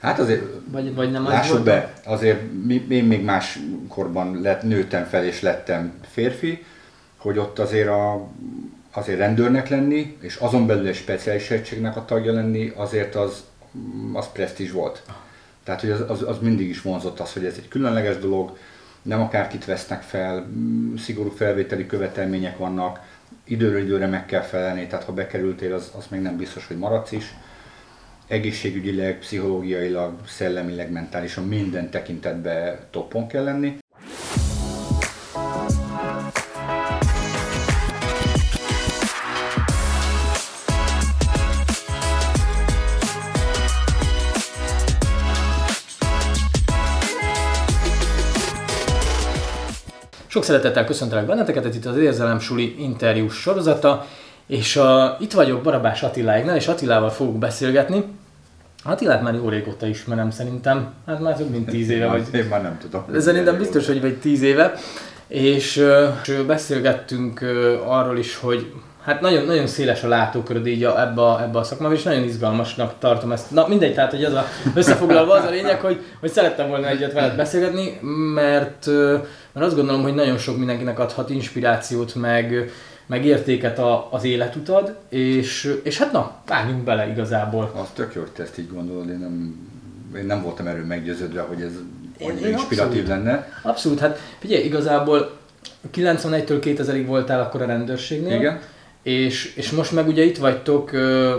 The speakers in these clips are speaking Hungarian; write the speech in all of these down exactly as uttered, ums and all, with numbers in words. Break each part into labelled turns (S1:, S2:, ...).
S1: Hát azért,
S2: vagy, vagy nem
S1: lássuk
S2: az
S1: be, azért én még más korban lett, nőttem fel és lettem férfi, hogy ott azért, a, azért rendőrnek lenni, és azon belül egy speciális egységnek a tagja lenni, azért az, az presztízs volt. Tehát, hogy az, az, az mindig is vonzott az, hogy ez egy különleges dolog, nem akárkit vesznek fel, szigorú felvételi követelmények vannak, időről időre meg kell felelni, tehát ha bekerültél, az, az még nem biztos, hogy maradsz is. Egészségügyileg, pszichológiailag, szellemileg, mentálisan minden tekintetben toppon kell lenni.
S2: Sok szeretettel köszöntelek benneteket, ez itt az Érzelem Suli interjús sorozata, és a, itt vagyok Barabás Attiláéknál, és Attilával fogok beszélgetni. Attilát már jó régóta ismerem szerintem, hát már több mint tíz éve vagy.
S1: Én már nem tudom.
S2: De szerintem biztos, hogy vagy tíz éve, és, és beszélgettünk arról is, hogy hát nagyon, nagyon széles a látóköröd így ebbe a, ebbe a szakmában, és nagyon izgalmasnak tartom ezt. Na mindegy, tehát hogy az a, összefoglalva az a lényeg, hogy, hogy szerettem volna egyet veled beszélgetni, mert, mert azt gondolom, hogy nagyon sok mindenkinek adhat inspirációt, meg, meg értéket a, az életutad, és, és hát na, vágjunk bele igazából.
S1: Az tök jó, hogy te ezt így gondolod, én nem, én nem voltam erről meggyőződve, hogy ez annyira
S2: én
S1: inspiratív
S2: abszolút,
S1: lenne.
S2: Abszolút, hát figyelj, igazából kilencvenegytől kétezrig voltál akkor a rendőrségnél.
S1: Igen.
S2: És, és most meg ugye itt vagytok,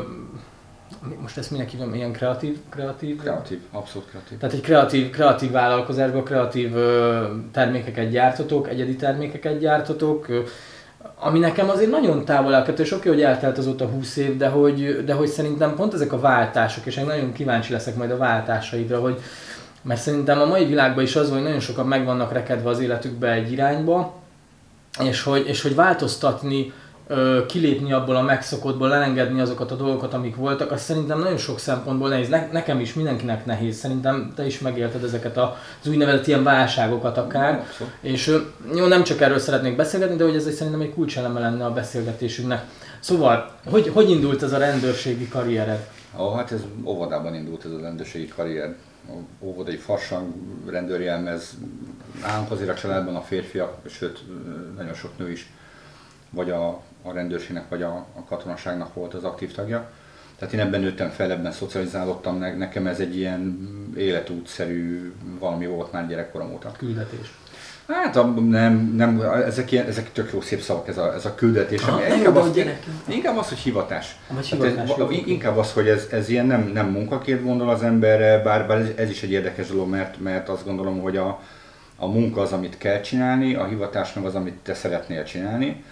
S2: most ezt minek hívom, ilyen kreatív, kreatív?
S1: Kreatív, abszolút kreatív.
S2: Tehát egy kreatív, kreatív vállalkozásban kreatív termékeket gyártotok, egyedi termékeket gyártotok, ami nekem azért nagyon távol elkötő, és oké, hogy eltelt azóta húsz év, de hogy, de hogy szerintem pont ezek a váltások, és én nagyon kíváncsi leszek majd a váltásaidra, hogy mert szerintem a mai világban is az, hogy nagyon sokan meg vannak rekedve az életükbe egy irányba, és hogy, és hogy változtatni, kilépni abból a megszokottból, elengedni azokat a dolgokat, amik voltak, az szerintem nagyon sok szempontból nehéz. Ne, nekem is, mindenkinek nehéz. Szerintem te is megélted ezeket az úgynevezett ilyen válságokat akár.
S1: Abszolút.
S2: És jó, nem csak erről szeretnék beszélgetni, de hogy ez egy, szerintem egy kulcseleme lenne a beszélgetésünknek. Szóval, hogy, hogy indult ez a rendőrségi karriered?
S1: Ó, hát ez óvodában indult ez a rendőrségi karrier. Óvodai farsang, rendőrjelmez, nálunk azért a családban a férfiak, sőt nagyon sok nő is, vagy a, a rendőrségnek, vagy a, a katonaságnak volt az aktív tagja. Tehát én ebben nőttem fel, ebben szocializálódtam, nekem ez egy ilyen életútszerű valami volt már gyerekkorom óta.
S2: Küldetés.
S1: Hát nem, nem ezek, ilyen, ezek tök jó szép szavak, ez a, ez a küldetés.
S2: Aha,
S1: Ami, inkább, az,
S2: gyerekem.
S1: inkább az, hogy hivatás.
S2: Vagy
S1: hát
S2: hivatás
S1: ez,
S2: jó,
S1: inkább az, hogy ez, ez ilyen nem, nem munkaként gondol az emberre, bár, bár ez, ez is egy érdekes dolog, mert, mert azt gondolom, hogy a, a munka az, amit kell csinálni, a hivatás meg az, amit te szeretnél csinálni.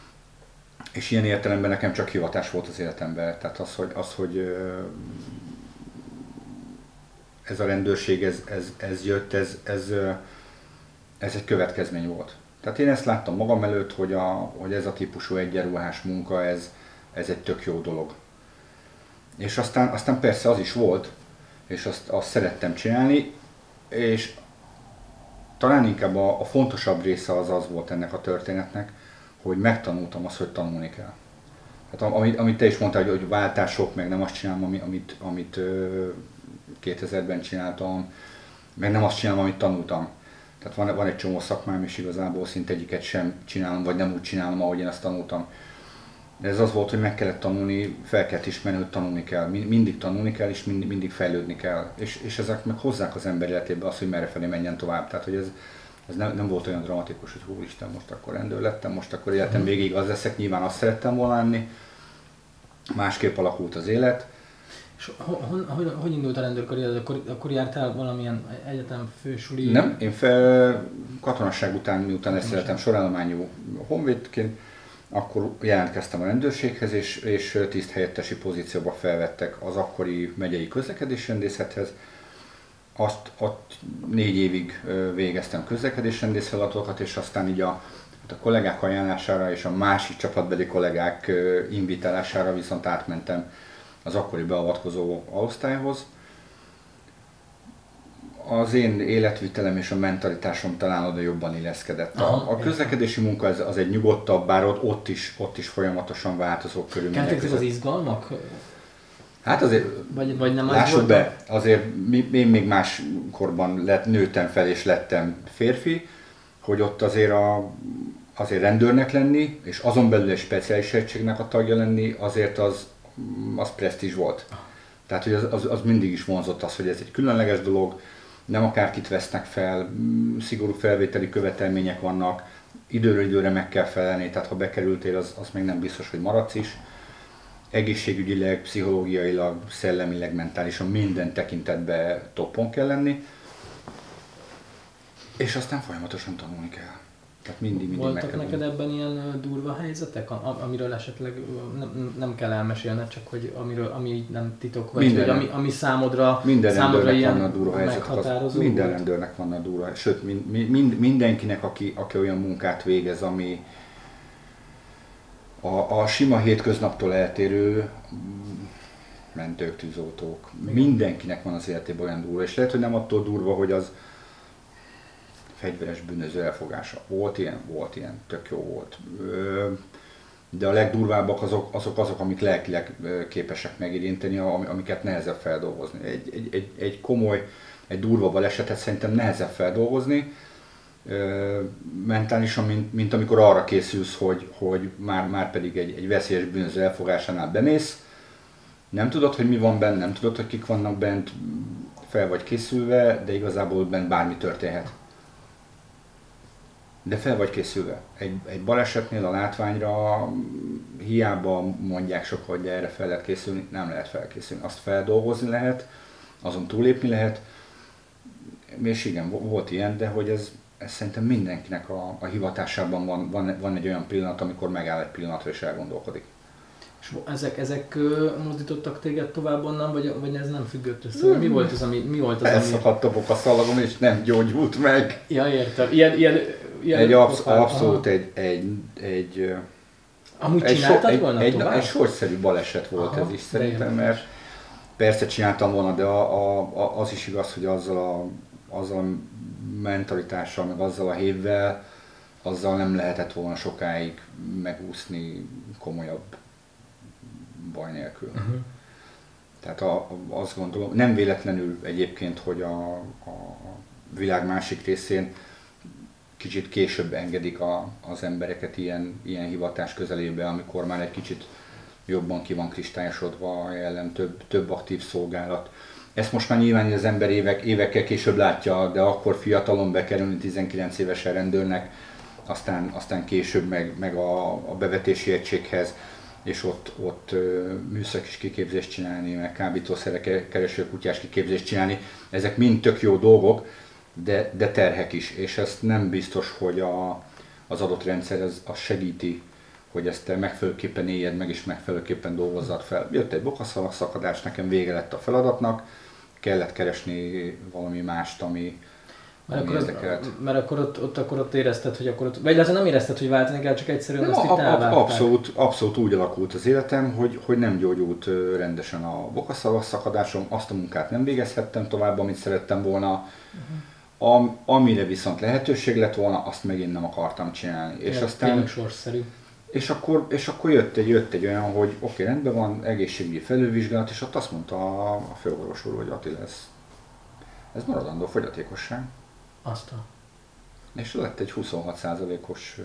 S1: És ilyen értelemben nekem csak hivatás volt az életemben. Tehát az, hogy, az, hogy ez a rendőrség, ez, ez, ez jött, ez, ez, ez egy következmény volt. Tehát én ezt láttam magam előtt, hogy, a, hogy ez a típusú egyenruhás munka, ez, ez egy tök jó dolog. És aztán, aztán persze az is volt, és azt, azt szerettem csinálni, és talán inkább a, a fontosabb része az az volt ennek a történetnek, hogy megtanultam azt, hogy tanulni kell. Hát, amit, amit te is mondtál, hogy, hogy váltások, meg nem azt csinálom, amit, amit, amit kétezerben csináltam, meg nem azt csinálom, amit tanultam. Tehát van, van egy csomó szakmám, és igazából szinte egyiket sem csinálom, vagy nem úgy csinálom, ahogy én azt tanultam. De ez az volt, hogy meg kellett tanulni, fel kellett ismerni, hogy tanulni kell. Mindig tanulni kell, és mindig, mindig fejlődni kell. És, és ezek meg hozzák az ember életébe azt, hogy merre felé menjen tovább. Tehát, hogy ez, ez nem, nem volt olyan dramatikus, hogy húristen, most akkor rendőr lettem, most akkor életem végig az leszek, nyilván azt szerettem volna lenni. Másképp alakult az élet.
S2: És ho, hogy, hogy indult a rendőrkarriered? Akkor, akkor jártál valamilyen egyetem, fősuli?
S1: Nem, én fel, katonasság után, miután ezt szeretem sorállományú honvédként, akkor jelentkeztem a rendőrséghez, és, és tiszthelyettesi pozícióba felvettek az akkori megyei közlekedésrendészethez. Azt ott négy évig végeztem közlekedésrendész feladatokat, és aztán így a, a kollégák ajánlására és a másik csapatbeli kollégák invitálására viszont átmentem az akkori beavatkozó alosztályhoz. Az én életvitelem és a mentalitásom talán oda jobban illeszkedett. A, a közlekedési munka az, az egy nyugodtabb, bár ott, ott, is, ott is folyamatosan változó körülmények
S2: között.
S1: között.
S2: Az izgalmak?
S1: Hát azért,
S2: vagy, vagy nem
S1: lássuk
S2: az
S1: be, azért én még más korban lett, nőttem fel és lettem férfi, hogy ott azért, a, azért rendőrnek lenni, és azon belül egy speciális egységnek a tagja lenni, azért az, az presztízs volt. Tehát, hogy az, az, az mindig is vonzott az, hogy ez egy különleges dolog, nem akárkit vesznek fel, szigorú felvételi követelmények vannak, időről időre meg kell felelni, tehát ha bekerültél, az, az még nem biztos, hogy maradsz is. Egészségügyileg, pszichológiailag, szellemileg, mentálisan minden tekintetben toppon kell lenni. És aztán folyamatosan tanulni kell. Tehát mindig, mindig
S2: Voltak
S1: meg kell
S2: neked
S1: tanulni.
S2: ebben ilyen durva helyzetek, amiről esetleg nem, nem kell elmesélned, csak hogy amiről, ami így nem titok, vagy
S1: Minden,
S2: hogy ami, ami számodra,
S1: minden
S2: számodra
S1: rendőrnek
S2: ilyen
S1: vannak durva helyzetek,
S2: meghatározó
S1: minden
S2: volt?
S1: rendőrnek vannak durva, sőt mind, mind, mindenkinek, aki, aki olyan munkát végez, ami a, a sima hétköznaptól eltérő, mentők, tűzoltók, mindenkinek van az életében olyan durva, és lehet, hogy nem attól durva, hogy az fegyveres bűnöző elfogása. Volt ilyen, volt ilyen, tök jó volt. De a legdurvábbak azok azok, azok amik lelkileg képesek megérinteni, amiket nehezebb feldolgozni. Egy, egy, egy, egy komoly, egy durva balesetet szerintem nehezebb feldolgozni, mentálisan, mint, mint amikor arra készülsz, hogy, hogy már, már pedig egy, egy veszélyes bűnöző elfogásánál bemész, nem tudod, hogy mi van benne, nem tudod, hogy kik vannak bent, fel vagy készülve, de igazából bent bármi történhet. De fel vagy készülve. Egy, egy balesetnél a látványra hiába mondják sok, hogy erre fel lehet készülni, nem lehet felkészülni. Azt feldolgozni lehet, azon túlépni lehet, és igen, volt ilyen, de hogy ez, ez szerintem mindenkinek a, a hivatásában van, van, van egy olyan pillanat, amikor megáll egy pillanatra és elgondolkodik.
S2: És ezek, ezek mozdítottak téged tovább onnan, vagy, vagy ez nem függött össze? Mi volt az, ami... Mi volt az,
S1: Elszakadt a bokaszalagom és nem gyógyult meg.
S2: Ja, értem. Ilyen, ilyen, ilyen
S1: egy absz- abszolút egy, egy, egy,
S2: Amúgy
S1: egy,
S2: csináltad
S1: so,
S2: volna
S1: egy,
S2: tovább?
S1: egy, egy sorszerű baleset volt. Aha, ez is szerintem, mert persze csináltam volna, de a, a, a, az is igaz, hogy azzal a, azzal a mentalitással, meg azzal a hévvel, azzal nem lehetett volna sokáig megúszni komolyabb baj nélkül. Uh-huh. Tehát a, a, azt gondolom, nem véletlenül egyébként, hogy a, a világ másik részén kicsit később engedik a, az embereket ilyen, ilyen hivatás közelébe, amikor már egy kicsit jobban ki van kristályosodva ellen több, több aktív szolgálat. Ezt most már nyilván az ember évek, évekkel később látja, de akkor fiatalon bekerülni tizenkilenc évesen rendőrnek, aztán, aztán később meg, meg a, a bevetési egységhez, és ott, ott műszaki kiképzést csinálni, meg kábítószerek kereső kutyás kiképzést csinálni. Ezek mind tök jó dolgok, de, de terhek is, és ezt nem biztos, hogy a, az adott rendszer az, az segíti, hogy ezt te megfelelőképpen éljed meg, és megfelelőképpen dolgozzad fel. Jött egy bokaszalag szakadás, nekem vége lett a feladatnak, kellett keresni valami mást, ami,
S2: Mert akkor, az, mert akkor ott, ott, akkor ott érezted, hogy akkor ott, vagy lehet, nem érezted, hogy váltani kell, csak egyszerűen
S1: nem,
S2: azt itt elvágták.
S1: Abszolút, abszolút úgy alakult az életem, hogy, hogy nem gyógyult rendesen a bokaszalag szakadásom, azt a munkát nem végezhettem tovább, amit szerettem volna. Uh-huh. Am, amire viszont lehetőség lett volna, azt megint nem akartam csinálni. És
S2: ja,
S1: aztán,
S2: sorszerű.
S1: És akkor, és akkor jött, egy, jött egy olyan, hogy oké, okay, rendben van, egészségügyi felülvizsgálat, és ott azt mondta a, a főorvos úr, hogy Attila, ez, ez maradandó fogyatékosság.
S2: Aztán.
S1: És lett egy huszonhat százalékos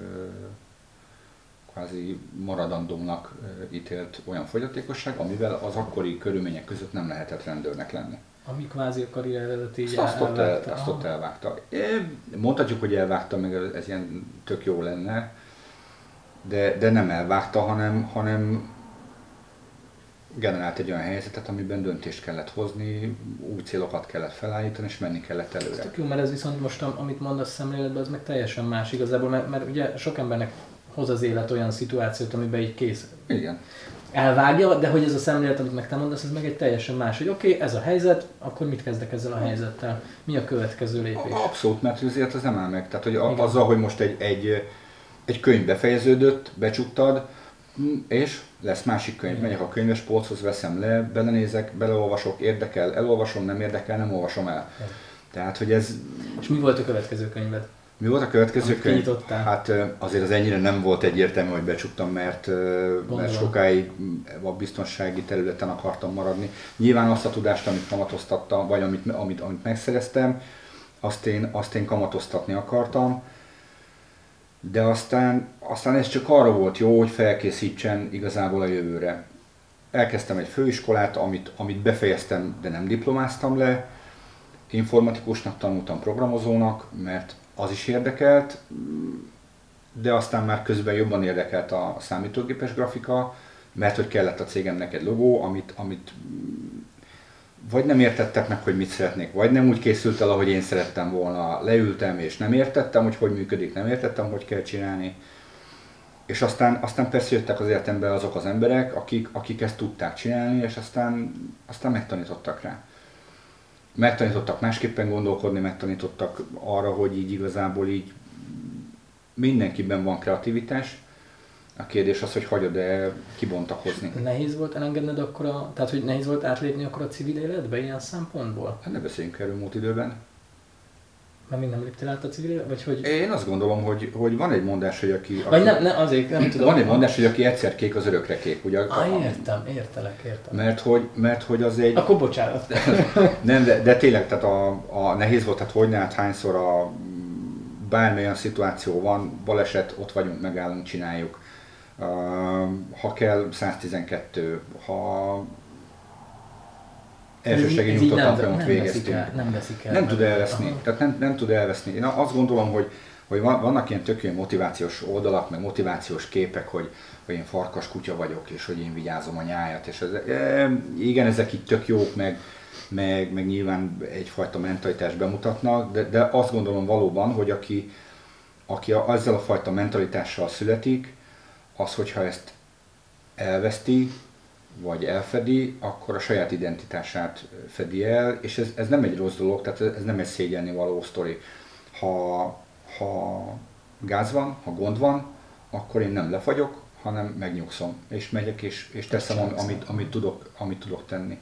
S1: kvázi maradandónak ítélt olyan fogyatékosság, amivel az akkori körülmények között nem lehetett rendőrnek lenni.
S2: Ami kvázi a karrieredet így
S1: azt
S2: elvágta.
S1: El, azt ott elvágta. Mondhatjuk, hogy elvágta, meg ez ilyen tök jó lenne, de, de nem elvágta, hanem, hanem generált egy olyan helyzetet, amiben döntést kellett hozni, új célokat kellett felállítani, és menni kellett előre. Ez
S2: tök jó, mert ez viszont most, amit mondasz szemléletben, az meg teljesen más igazából, mert, mert ugye sok embernek hoz az élet olyan szituációt, amiben így kész.
S1: Igen.
S2: Elvágja, de hogy ez a szemlélet, amit meg te mondasz, ez meg egy teljesen más, hogy oké, okay, ez a helyzet, akkor mit kezdek ezzel a helyzettel? Mi a következő lépés?
S1: Abszolút, mert az élet az nem áll meg. Tehát, hogy a, azzal, hogy most egy, egy, egy könyv befejeződött, becsuktad, és lesz másik könyv,
S2: Igen.
S1: megyek a könyvespolchoz, veszem le, belenézek, beleolvasok, érdekel, elolvasom, nem érdekel, nem olvasom el. Igen. Tehát, hogy ez...
S2: És mi volt a következő könyved?
S1: Mi volt a következő könyv?
S2: Kinyitottál.
S1: Hát azért az ennyire nem volt egyértelmű, hogy becsuktam, mert, mert sokáig a biztonsági területen akartam maradni. Nyilván azt a tudást, amit kamatoztattam, vagy amit, amit, amit megszereztem, azt én, azt én kamatoztatni akartam. De aztán, aztán ez csak arra volt jó, hogy felkészítsen igazából a jövőre. Elkezdtem egy főiskolát, amit, amit befejeztem, de nem diplomáztam le. Informatikusnak tanultam, programozónak, mert az is érdekelt, de aztán már közben jobban érdekelt a számítógépes grafika, mert hogy kellett a cégemnek egy logó, amit, amit vagy nem értettek meg, hogy mit szeretnék, vagy nem úgy készült el, ahogy én szerettem volna. Leültem és nem értettem, hogy hogy működik, nem értettem, hogy kell csinálni. És aztán, aztán persze jöttek az életembe azok az emberek, akik, akik ezt tudták csinálni, és aztán, aztán megtanítottak rá. Megtanítottak másképpen gondolkodni, megtanítottak arra, hogy így igazából így mindenkiben van kreativitás. A kérdés az, hogy hagyod-e kibontakozni.
S2: Nehéz volt elengedned akkor a, tehát hogy nehéz volt átlépni akkor a civil életbe ilyen szempontból?
S1: Hát ne beszéljünk erről múlt időben.
S2: Mert még nem léptél át a civil életbe? Vagy hogy...
S1: Én azt gondolom, hogy, hogy van egy mondás, hogy aki... aki
S2: vagy nem, ne, azért nem tudom.
S1: Van egy mondás, hogy aki egyszer kék, az örökre kék. Ugye,
S2: ah, értem, értelek, értem.
S1: Mert hogy, mert hogy az egy...
S2: Akkor bocsánat.
S1: nem, de, de tényleg, tehát a, a nehéz volt, tehát hogy ne, hát hányszor a bármilyen szituáció van, baleset, ott vagyunk, megállunk, csináljuk. Uh, ha kell száztizenkettő, ha elsősegély nyugtatót végeztünk.
S2: El, nem veszik el.
S1: Nem tud elveszni, tehát nem, nem tud elveszni. Én azt gondolom, hogy, hogy vannak ilyen tök ilyen motivációs oldalak, meg motivációs képek, hogy, hogy én farkas kutya vagyok, és hogy én vigyázom a nyájat. És ez, e, igen, ezek itt tök jók, meg, meg, meg nyilván egyfajta mentalitást bemutatnak, de, de azt gondolom valóban, hogy aki, aki ezzel a fajta mentalitással születik, az, hogyha ezt elveszti, vagy elfedi, akkor a saját identitását fedi el, és ez, ez nem egy rossz dolog, tehát ez nem egy szégyelni való sztori. Ha, ha gáz van, ha gond van, akkor én nem lefagyok, hanem megnyugszom, és megyek, és, és teszem, amit, amit, tudok, amit tudok tenni.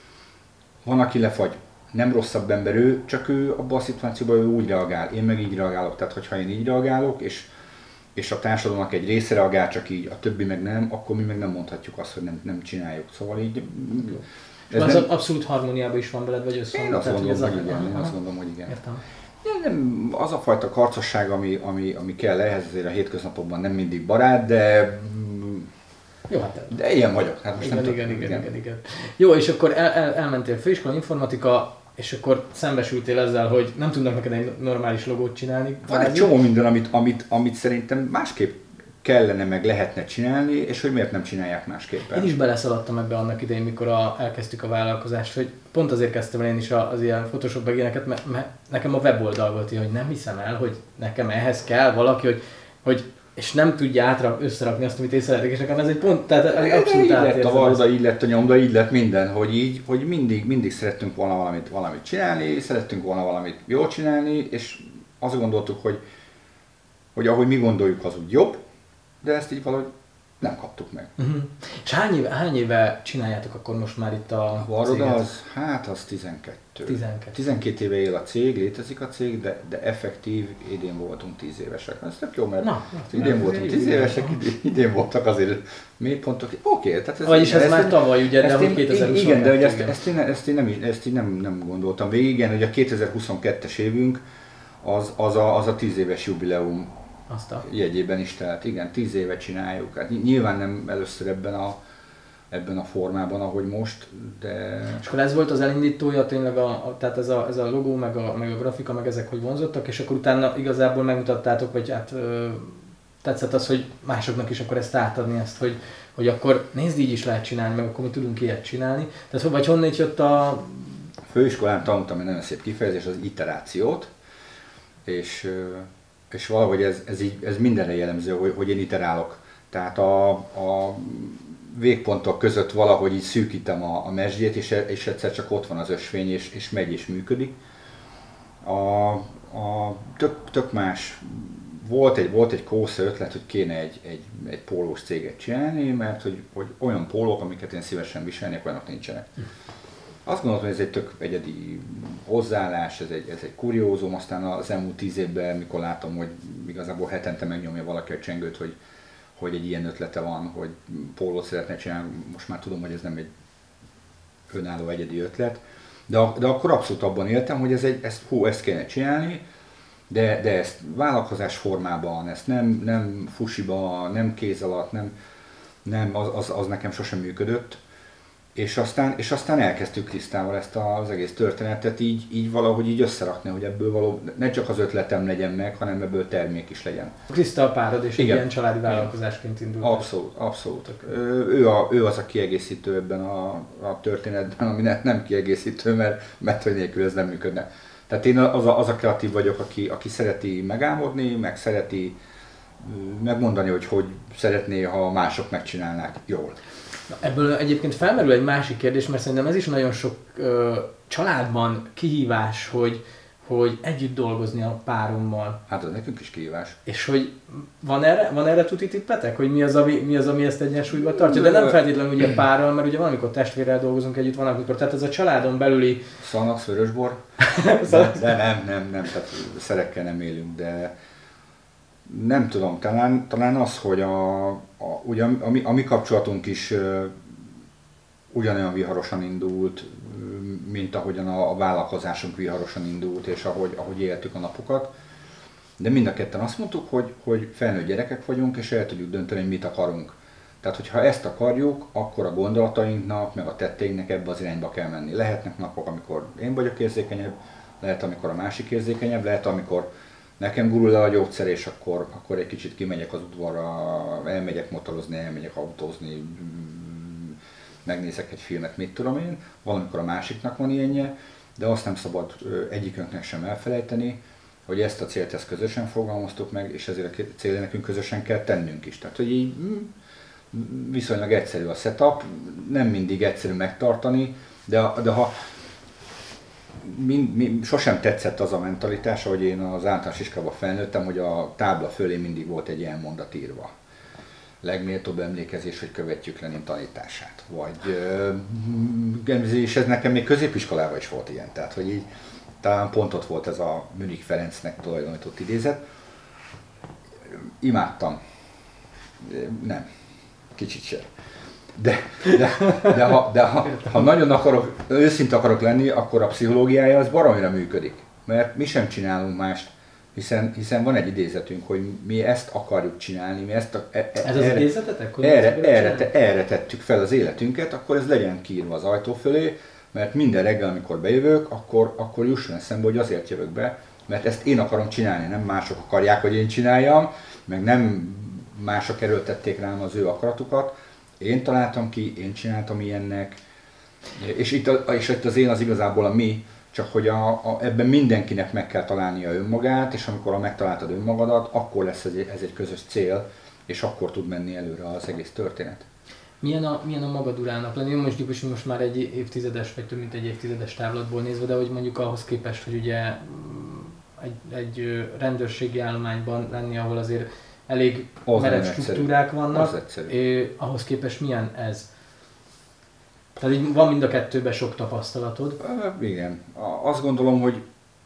S1: Van, aki lefagy, nem rosszabb ember ő, csak ő abban a szituációban ő úgy reagál, én meg így reagálok, tehát hogyha én így reagálok, és és a társadalomnak egy része reagál csak így, a többi meg nem, akkor mi meg nem mondhatjuk azt, hogy nem, nem csináljuk. Szóval így...
S2: Ez az nem... abszolút harmóniában is van veled, vagy összhangban?
S1: Én azt
S2: tehát,
S1: gondolom, hogy,
S2: hogy
S1: igen,
S2: a...
S1: én azt gondolom, hogy igen.
S2: Értem.
S1: Ja, nem, az a fajta karcosság, ami, ami, ami kell ehhez, azért a hétköznapokban nem mindig barát, de...
S2: Jó, hát
S1: de ilyen vagyok. Hát most
S2: igen,
S1: nem
S2: igen,
S1: tudom,
S2: igen, igen, igen. Jó, és akkor el, el, elmentél főiskola, informatika, és akkor szembesültél ezzel, hogy nem tudnak neked egy normális logót csinálni.
S1: Van egy csomó minden, amit, amit, amit szerintem másképp kellene, meg lehetne csinálni, és hogy miért nem csinálják másképpen.
S2: Én is beleszaladtam ebbe annak idején, mikor a, elkezdtük a vállalkozást, hogy pont azért kezdtem el én is az ilyen Photoshop begéneket, mert, mert nekem a weboldal volt, hogy nem hiszem el, hogy nekem ehhez kell valaki, hogy, hogy és nem tudja átra összerakni azt, amit én szeretnék, és nekem ez egy pont, tehát abszolút
S1: így lett a valda,
S2: ezt.
S1: így lett a nyomda, így lett minden, hogy így, hogy mindig, mindig szerettünk volna valamit, valamit csinálni, szerettünk volna valamit jól csinálni, és azt gondoltuk, hogy, hogy ahogy mi gondoljuk, az úgy jobb, de ezt így valahogy nem kaptuk meg.
S2: Uh-huh. És hány éve, hány éve csináljátok akkor most már itt a,
S1: a Varroda az, hát az tizenkettő.
S2: tizenkettő.
S1: tizenkét éve él a cég, létezik a cég, de, de effektív idén voltunk tíz évesek. Ez tök jó, mert
S2: Na,
S1: idén voltunk tíz évesek, idén, idén voltak azért mélypontok. Oké, okay, tehát ez...
S2: Vagyis ez, ez már tavaly, ugye, de
S1: hogy
S2: kétezer-huszonkettő.
S1: Igen, de hogy ezt, ezt, én, ezt, én, nem, ezt én nem, nem gondoltam végig. Igen, hogy a kétezer-huszonkettes évünk az, az, a, az a tíz éves jubileum
S2: Aztán.
S1: jegyében is, tehát igen, tíz éve csináljuk. Hát nyilván nem először ebben a, ebben a formában, ahogy most, de...
S2: És akkor ez volt az elindítója tényleg, a, a, tehát ez a, ez a logó, meg a, meg a grafika, meg ezek hogy vonzottak, és akkor utána igazából megmutattátok, vagy hát ö, tetszett az, hogy másoknak is akkor ezt átadni, ezt, hogy, hogy akkor nézd, így is lehet csinálni, meg akkor mi tudunk ilyet csinálni. Tehát vagy honnét jött a...
S1: Főiskolán tanultam egy nagyon szép kifejezés, az iterációt, és... és valahogy ez, ez, így, ez mindenre jellemző, hogy, hogy én iterálok. Tehát a, a végpontok között valahogy így szűkítem a, a mesdjét, és, és egyszer csak ott van az ösvény, és, és megy és működik. A, a tök, tök más. Volt egy, volt egy kósza ötlet, hogy kéne egy, egy, egy pólós céget csinálni, mert hogy, hogy olyan pólók, amiket én szívesen viselnék, olyanok nincsenek. Azt gondolom, hogy ez egy tök egyedi hozzáállás, ez egy, ez egy kuriózum, aztán az elmúlt tíz évben, mikor látom, hogy igazából hetente megnyomja valaki a csengőt, hogy, hogy egy ilyen ötlete van, hogy pólót szeretne csinálni, most már tudom, hogy ez nem egy önálló egyedi ötlet, de, de akkor abszolút abban éltem, hogy ez egy, ezt, hú, ezt kéne csinálni, de, de ezt vállalkozás formában, ezt nem, nem fusiba, nem kéz alatt, nem, nem az, az, az nekem sosem működött. És aztán, és aztán elkezdtük Krisztával ezt az egész történetet így, így valahogy így összerakni, hogy ebből való, ne csak az ötletem legyen meg, hanem ebből termék is legyen.
S2: Kriszta a párod, és igen, egy ilyen családi vállalkozásként indult.
S1: Abszolút, abszolút. Ő, a, ő az a kiegészítő ebben a, a történetben, ami nem kiegészítő, mert, mert hogy nélkül ez nem működne. Tehát én az a, az a kreatív vagyok, aki, aki szereti megálmodni, meg szereti megmondani, hogy hogy szeretné, ha mások megcsinálnák jól.
S2: Na, ebből egyébként felmerül egy másik kérdés, mert szerintem ez is nagyon sok ö, családban kihívás, hogy, hogy együtt dolgozni a párommal.
S1: Hát az nekünk is kihívás.
S2: És hogy van erre, van erre tuti tippetek, hogy mi az, ami, mi az, ami ezt egyensúlyban tartja? De nem feltétlenül ugye párral, mert ugye van, amikor testvérrel dolgozunk együtt, van, amikor, tehát ez a családon belüli...
S1: Szalmax, vörösbor? de, de nem, nem, nem, tehát szerekkel nem élünk, de nem tudom, talán, talán az, hogy a, a, ugye a, mi, a mi kapcsolatunk is uh, ugyanolyan viharosan indult, mint ahogyan a, a vállalkozásunk viharosan indult, és ahogy, ahogy éltük a napokat. De mind a ketten azt mondtuk, hogy, hogy felnőtt gyerekek vagyunk, és el tudjuk dönteni, hogy mit akarunk. Tehát, hogyha ezt akarjuk, akkor a gondolatainknak, meg a tetteinknek ebbe az irányba kell menni. Lehetnek napok, amikor én vagyok érzékenyebb, lehet, amikor a másik érzékenyebb, lehet, amikor nekem gurul le a gyógyszer, és akkor, akkor egy kicsit kimegyek az udvarra, elmegyek motorozni, elmegyek autózni, megnézek egy filmet, mit tudom én. Valamikor a másiknak van ilyenje, de azt nem szabad egyikünknek sem elfelejteni, hogy ezt a célt ezt közösen fogalmaztuk meg, és ezért a célra nekünk közösen kell tennünk is. Tehát, hogy így viszonylag egyszerű a setup, nem mindig egyszerű megtartani, de, de ha Mind, mind, sosem tetszett az a mentalitás, ahogy én az általános iskolában felnőttem, hogy a tábla fölé mindig volt egy ilyen mondat írva. Legméltóbb emlékezés, hogy követjük Lenin tanítását. Vagy, és ez nekem még középiskolában is volt ilyen, tehát hogy így talán pont ott volt ez a Münich Ferencnek tulajdonított idézet. Imádtam. Nem, kicsit sem. De, de, de, ha, de ha, ha nagyon akarok, őszinte akarok lenni, akkor a pszichológiája az baromira működik. Mert mi sem csinálunk mást, hiszen, hiszen van egy idézetünk, hogy mi ezt akarjuk csinálni, mi ezt a, e,
S2: ez erre, az idézetetek?
S1: Erre, erre, te, erre tettük fel az életünket, akkor ez legyen kiírva az ajtó fölé, mert minden reggel, amikor bejövök, akkor, akkor jusson eszembe, hogy azért jövök be, mert ezt én akarom csinálni, nem mások akarják, hogy én csináljam, meg nem mások erőltették rám az ő akaratukat. Én találtam ki, én csináltam ilyennek, és itt, a, és itt az én az igazából a mi, csak hogy a, a, ebben mindenkinek meg kell találnia önmagát, és amikor megtaláltad önmagadat, akkor lesz ez, ez egy közös cél, és akkor tud menni előre az egész történet.
S2: Milyen a, milyen a magadurának lenni? Mondjuk most, most már egy évtizedes, vagy több mint egy évtizedes távlatból nézve, de hogy mondjuk ahhoz képest, hogy ugye egy, egy rendőrségi állományban lenni, ahol azért elég merev struktúrák vannak, eh, ahhoz képest milyen ez? Tehát így van mind a kettőben sok tapasztalatod.
S1: Igen. Azt gondolom, hogy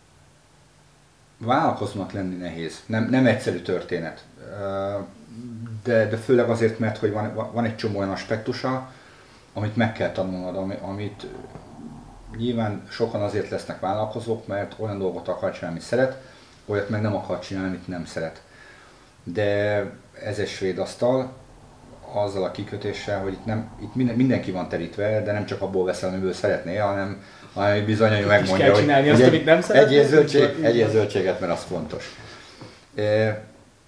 S1: vállalkozónak lenni nehéz. Nem, nem egyszerű történet. De, de főleg azért, mert hogy van, van egy csomó olyan aspektusa, amit meg kell tanulnod, amit nyilván sokan azért lesznek vállalkozók, mert olyan dolgot akar csinálni, amit szeret, olyat meg nem akar csinálni, amit nem szeret. De ez egy svéd asztal, azzal a kikötéssel, hogy itt, nem, itt minden, mindenki van terítve, de nem csak abból veszel, amiből szeretnél, hanem, hanem bizony, hogy megmondja, hogy
S2: azt, egy, nem
S1: egyél zöldség, egyél zöldséget, mert az fontos. E,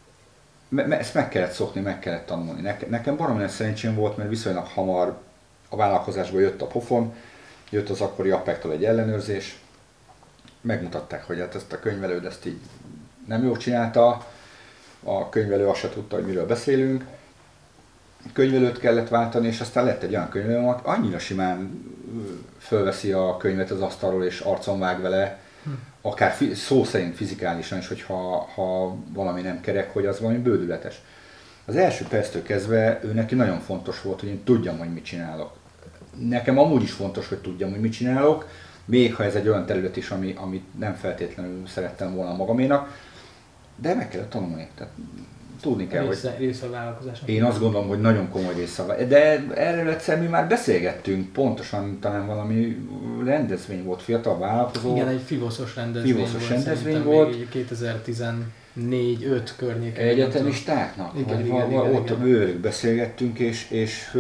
S1: ezt meg kellett szokni, meg kellett tanulni. Ne, nekem baromira szerencsém volt, mert viszonylag hamar a vállalkozásból jött a pofon, jött az akkori appektől egy ellenőrzés, megmutatták, hogy hát ezt a könyvelőd ezt így nem jól csinálta, a könyvelő azt se tudta, hogy miről beszélünk, könyvelőt kellett váltani, és aztán lett egy olyan könyvelő, aki annyira simán fölveszi a könyvet az asztalról és arcon vág vele, akár szó szerint fizikálisan is, hogyha ha valami nem kerek, hogy az valami bődületes. Az első perctől kezdve ő neki nagyon fontos volt, hogy én tudjam, hogy mit csinálok. nekem amúgy is fontos, hogy tudjam, hogy mit csinálok, még ha ez egy olyan terület is, ami, amit nem feltétlenül szerettem volna magaménak, de meg kellett tanulni. Tehát tudni kell,
S2: része,
S1: hogy
S2: része a vállalkozásnak.
S1: Én azt gondolom, hogy nagyon komoly része van. De erről egyszer mi már beszélgettünk, pontosan talán valami rendezvény volt, fiatal vállalkozó.
S2: Igen, egy Fivoszos rendezvény
S1: Fivoszos
S2: volt.
S1: rendezvény volt.
S2: kétezer-tizennégy öt környékén.
S1: Egyetemistáknak?
S2: Igen,
S1: igen,
S2: igen,
S1: igen,
S2: igen,
S1: ott
S2: igen.
S1: őrük beszélgettünk, és, és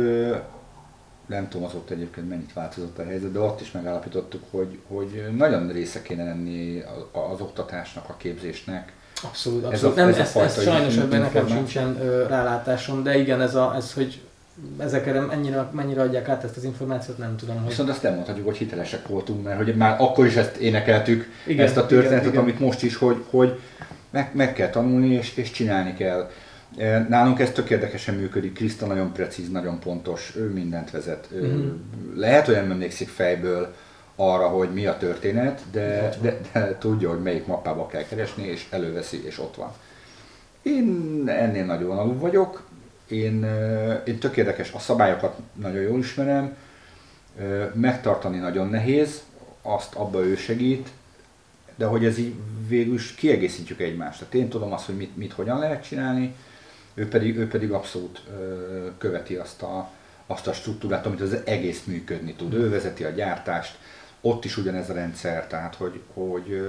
S1: nem tudom azóta egyébként mennyit változott a helyzet, de ott is megállapítottuk, hogy, hogy nagyon része kéne lenni az oktatásnak, a képzésnek.
S2: Abszolút, abszolút. Ez a, nem, ez, ez sajnos ebben nekem sincsen ö, rálátásom, de igen, ez, a, ez hogy ezekre mennyire, mennyire adják át ezt az információt, nem tudom. Hogy...
S1: Viszont azt nem mondhatjuk, hogy hitelesek voltunk, mert hogy már akkor is ezt énekeltük,
S2: igen,
S1: ezt a történetet,
S2: igen, igen.
S1: amit most is, hogy, hogy meg, meg kell tanulni és, és csinálni kell. Nálunk ez tök érdekesen működik, Kriszta nagyon precíz, nagyon pontos, ő mindent vezet. Mm-hmm. Lehet, hogy nem emlékszik fejből arra, hogy mi a történet, de, de, de tudja, hogy melyik mappába kell keresni, és előveszi, és ott van. Én ennél nagyon alul vagyok, én, én tök érdekes, a szabályokat nagyon jól ismerem, megtartani nagyon nehéz, azt abba ő segít, de hogy ez így végül is kiegészítjük egymást. Tehát én tudom azt, hogy mit, mit hogyan lehet csinálni, ő pedig, ő pedig abszolút követi azt a, azt a struktúrát, amit az egész működni tud. Ő vezeti a gyártást, ott is ugyanez a rendszer, tehát hogy, hogy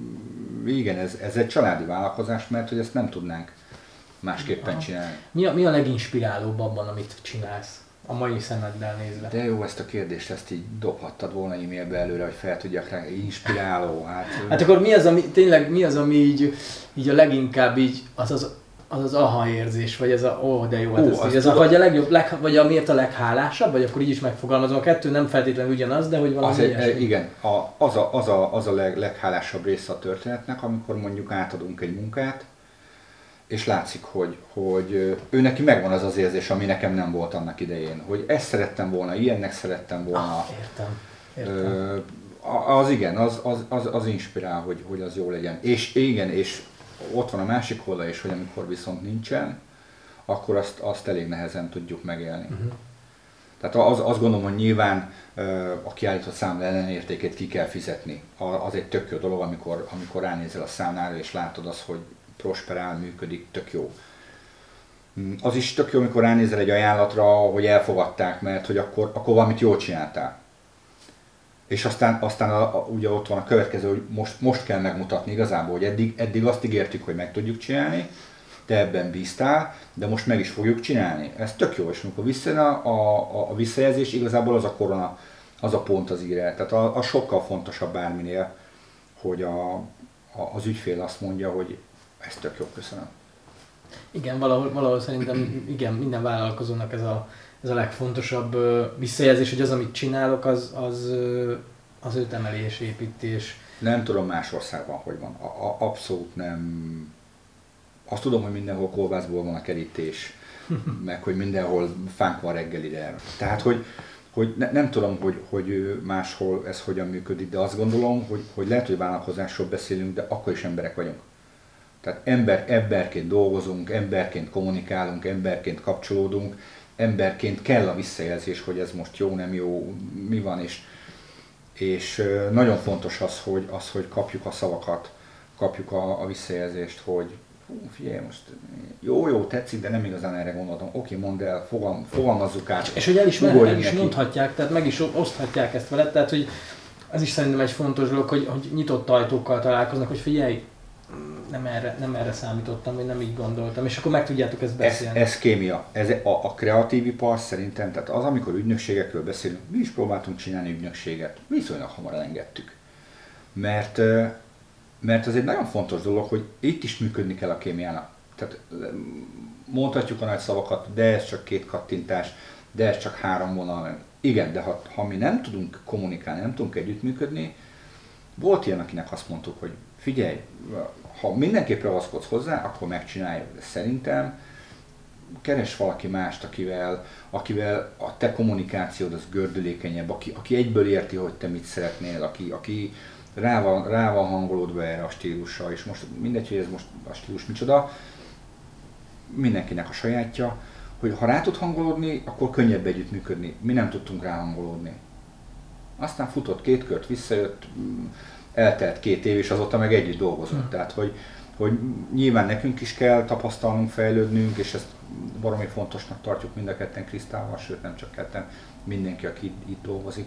S1: igen, ez, ez egy családi vállalkozás, mert hogy ezt nem tudnánk másképpen csinálni.
S2: Mi a, mi a leginspirálóbb abban, amit csinálsz? A mai szemeddel nézve.
S1: De jó, ezt a kérdést ezt így dobhattad volna e-mailbe előre, hogy fel tudjak rá, inspiráló. Hát,
S2: hát akkor mi az, ami, tényleg mi az, ami így, így a leginkább így, az az, az, az aha érzés, vagy ez a ó, oh, de jó, hát
S1: Ó,
S2: ez, ez a, vagy a legjobb, leg, vagy amiért a leghálásabb, vagy akkor így is megfogalmazom, a kettő nem feltétlenül ugyanaz, de hogy valami
S1: az
S2: ilyesmi.
S1: egy, igen, a, az a, az a, az a leg, leghálásabb része a történetnek, amikor mondjuk átadunk egy munkát, és látszik, hogy, hogy ő neki megvan az az érzés, ami nekem nem volt annak idején, hogy ezt szerettem volna, ilyennek szerettem volna.
S2: Ah, értem, értem.
S1: Ö, az igen, az, az, az, az inspirál, hogy, hogy az jó legyen. És igen, és ott van a másik oldal is, hogy amikor viszont nincsen, akkor azt, azt elég nehezen tudjuk megélni. Uh-huh. Tehát az, azt gondolom, hogy nyilván a kiállított számla ellenértékét ki kell fizetni. Az egy tök jó dolog, amikor, amikor ránézel a számlára és látod azt, hogy prosperál, működik, tök jó. Az is tök jó, amikor ránézel egy ajánlatra, hogy elfogadták, mert hogy akkor, akkor valamit jól csináltál. És aztán, aztán a, a, ugye ott van a következő, hogy most, most kell megmutatni igazából, hogy eddig, eddig azt ígértük, hogy meg tudjuk csinálni, te ebben bíztál, de most meg is fogjuk csinálni. Ez tök jó, és amikor visszajön a, a, a visszajelzés, igazából az a korona, az a pont az ír el. Tehát a, a sokkal fontosabb bárminél, hogy a, a, az ügyfél azt mondja, hogy ez tök jó, köszönöm.
S2: Igen, valahol, valahol szerintem igen, minden vállalkozónak ez a, ez a legfontosabb visszajelzés, hogy az, amit csinálok, az, az, az őt emeli és építi. És...
S1: Nem tudom más országban, hogy van. A, a, abszolút nem. Azt tudom, hogy mindenhol kolbászból van a kerítés, meg hogy mindenhol fánk van reggelire. Tehát, hogy, hogy ne, nem tudom, hogy, hogy máshol ez hogyan működik, de azt gondolom, hogy, hogy lehet, hogy vállalkozásról beszélünk, de akkor is emberek vagyunk. Tehát ember, emberként dolgozunk, emberként kommunikálunk, emberként kapcsolódunk, emberként kell a visszajelzés, hogy ez most jó, nem jó, mi van, és, és nagyon fontos az, hogy, az, hogy kapjuk a szavakat, kapjuk a, a visszajelzést, hogy hú, figyelj, most jó, jó, tetszik, de nem igazán erre gondoltam. Oké, mondd el, fogalm, fogalmazzuk át.
S2: És hogy el is, el is mondhatják, tehát meg is oszthatják ezt veled, tehát hogy ez is szerintem egy fontos dolog, hogy, hogy nyitott ajtókkal találkoznak, hogy figyelj, nem erre, nem erre számítottam, vagy nem így gondoltam, és akkor meg tudjátok ezt beszélni.
S1: Ez, ez kémia, ez a, a kreatív ipar szerintem, tehát az, amikor ügynökségekről beszélünk, mi is próbáltunk csinálni ügynökséget, viszonylag hamar elengedtük. Mert, mert ez egy nagyon fontos dolog, hogy itt is működni kell a kémiának. Tehát mondhatjuk a nagy szavakat, de ez csak két kattintás, de ez csak három vonal. Igen, de ha, ha mi nem tudunk kommunikálni, nem tudunk együttműködni, volt ilyen, akinek azt mondtuk, hogy figyelj, ha mindenképp ragaszkodsz hozzá, akkor megcsináljuk. De szerintem keres valaki mást, akivel, akivel a te kommunikációd az gördülékenyebb, aki, aki egyből érti, hogy te mit szeretnél, aki, aki rá, van, rá van hangolódva erre a stílusra, és most mindegy, hogy ez most a stílus micsoda, mindenkinek a sajátja, hogy ha rá tud hangolódni, akkor könnyebb együttműködni. Mi nem tudtunk rá hangolódni. Aztán futott két kört, visszajött, eltelt két év, és azóta meg együtt dolgozott. Hmm. Tehát, hogy, hogy nyilván nekünk is kell tapasztalnunk, fejlődnünk, és ezt baromi fontosnak tartjuk mind a ketten Krisztával, sőt nem csak ketten, mindenki, aki itt, itt dolgozik,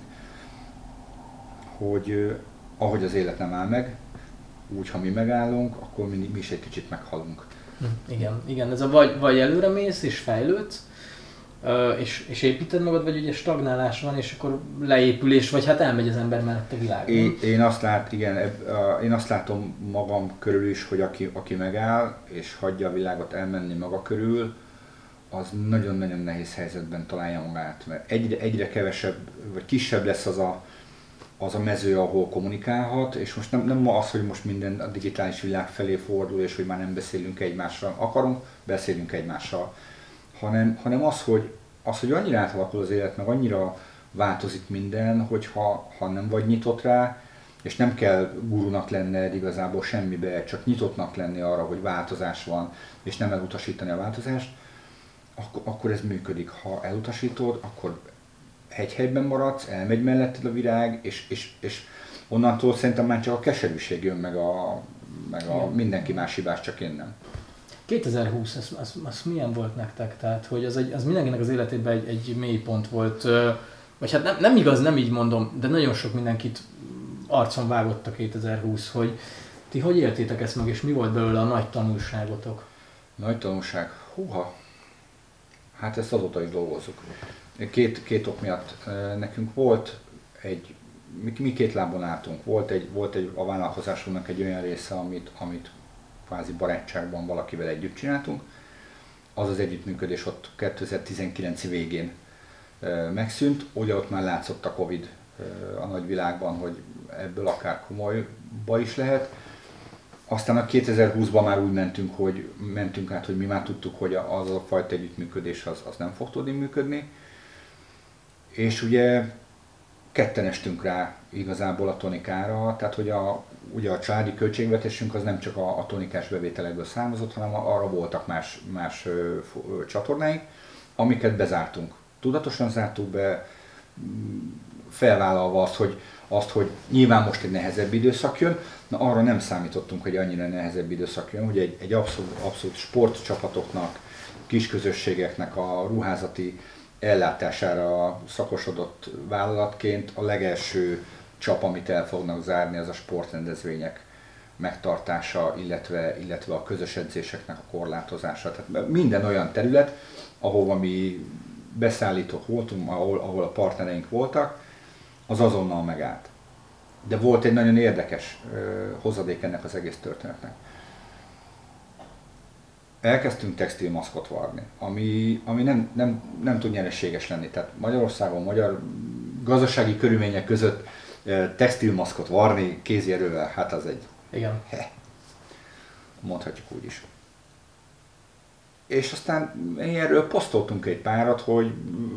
S1: hogy ahogy az élet nem áll meg, úgy, ha mi megállunk, akkor mi, mi is egy kicsit meghalunk.
S2: Igen, igen, ez a vagy, vagy előre mész és fejlődsz, és, és építed magad, vagy ugye stagnálás van, és akkor leépülés, vagy hát elmegy az ember mellett a világon.
S1: Én, én, azt lát, igen, én azt látom magam körül is, hogy aki, aki megáll, és hagyja a világot elmenni maga körül, az nagyon-nagyon nehéz helyzetben találja magát, mert egyre, egyre kevesebb, vagy kisebb lesz az a, az a mező, ahol kommunikálhat, és most nem, nem az, hogy most minden a digitális világ felé fordul, és hogy már nem beszélünk egymással, akarunk, beszélünk egymással, hanem, hanem az, hogy, az, hogy annyira átalakul az élet, meg annyira változik minden, hogy ha, ha nem vagy nyitott rá, és nem kell gurunak lenned igazából semmibe, csak nyitottnak lenni arra, hogy változás van, és nem elutasítani a változást, akkor, akkor ez működik. Ha elutasítod, akkor hegyhelyben maradsz, elmegy melletted a virág, és, és, és onnantól szerintem már csak a keserűség jön, meg a, meg a mindenki más hibás, csak én nem.
S2: kétezer-húsz, az, az, az milyen volt nektek? Tehát, hogy az, egy, az mindenkinek az életében egy, egy mélypont volt, vagy hát nem, nem igaz, nem így mondom, de nagyon sok mindenkit arcon vágott a kétezer-húsz, hogy ti hogy éltétek ezt meg, és mi volt belőle a nagy tanulságotok?
S1: Nagy tanulság? Húha! Hát ezt azóta is dolgozzuk. Két, két ok miatt. Nekünk volt egy, mi, mi két lábon álltunk. Volt egy, volt egy a vállalkozásunknak egy olyan része, amit, amit kvázi barátságban valakivel együtt csináltunk. Az az együttműködés ott kétezer-tizenkilenc végén megszűnt. Ugye ott már látszott a Covid a nagyvilágban, hogy ebből akár komoly baj is lehet. Aztán a kétezer-húszban már úgy mentünk, hogy mentünk át, hogy mi már tudtuk, hogy az a fajta együttműködés az, az nem fog tudni működni. És ugye ketten estünk rá igazából a tonikára, tehát hogy a, ugye a családi költségvetésünk az nem csak a, a tonikás bevételekből származott, hanem arra voltak más, más ö, ö, csatornáink, amiket bezártunk. Tudatosan zártuk be, felvállalva azt, hogy, azt, hogy nyilván most egy nehezebb időszak jön, na arra nem számítottunk, hogy annyira nehezebb időszak jön, hogy egy, egy abszolút, abszolút sportcsapatoknak, kisközösségeknek a ruházati ellátására szakosodott vállalatként a legelső csap, amit el fognak zárni, az a sportrendezvények megtartása, illetve, illetve a közös edzéseknek a korlátozása. Tehát minden olyan terület, ahova mi beszállítók voltunk, ahol, ahol a partnereink voltak, az azonnal megállt. De volt egy nagyon érdekes ö, hozadék ennek az egész történetnek. Elkezdtünk textilmaszkot varni, ami, ami nem, nem, nem tud nyereséges lenni. Tehát Magyarországon, magyar gazdasági körülmények között textilmaszkot varni kézi erővel, hát az egy...
S2: Igen.
S1: He, mondhatjuk úgy is. És aztán erről posztoltunk egy párat, hogy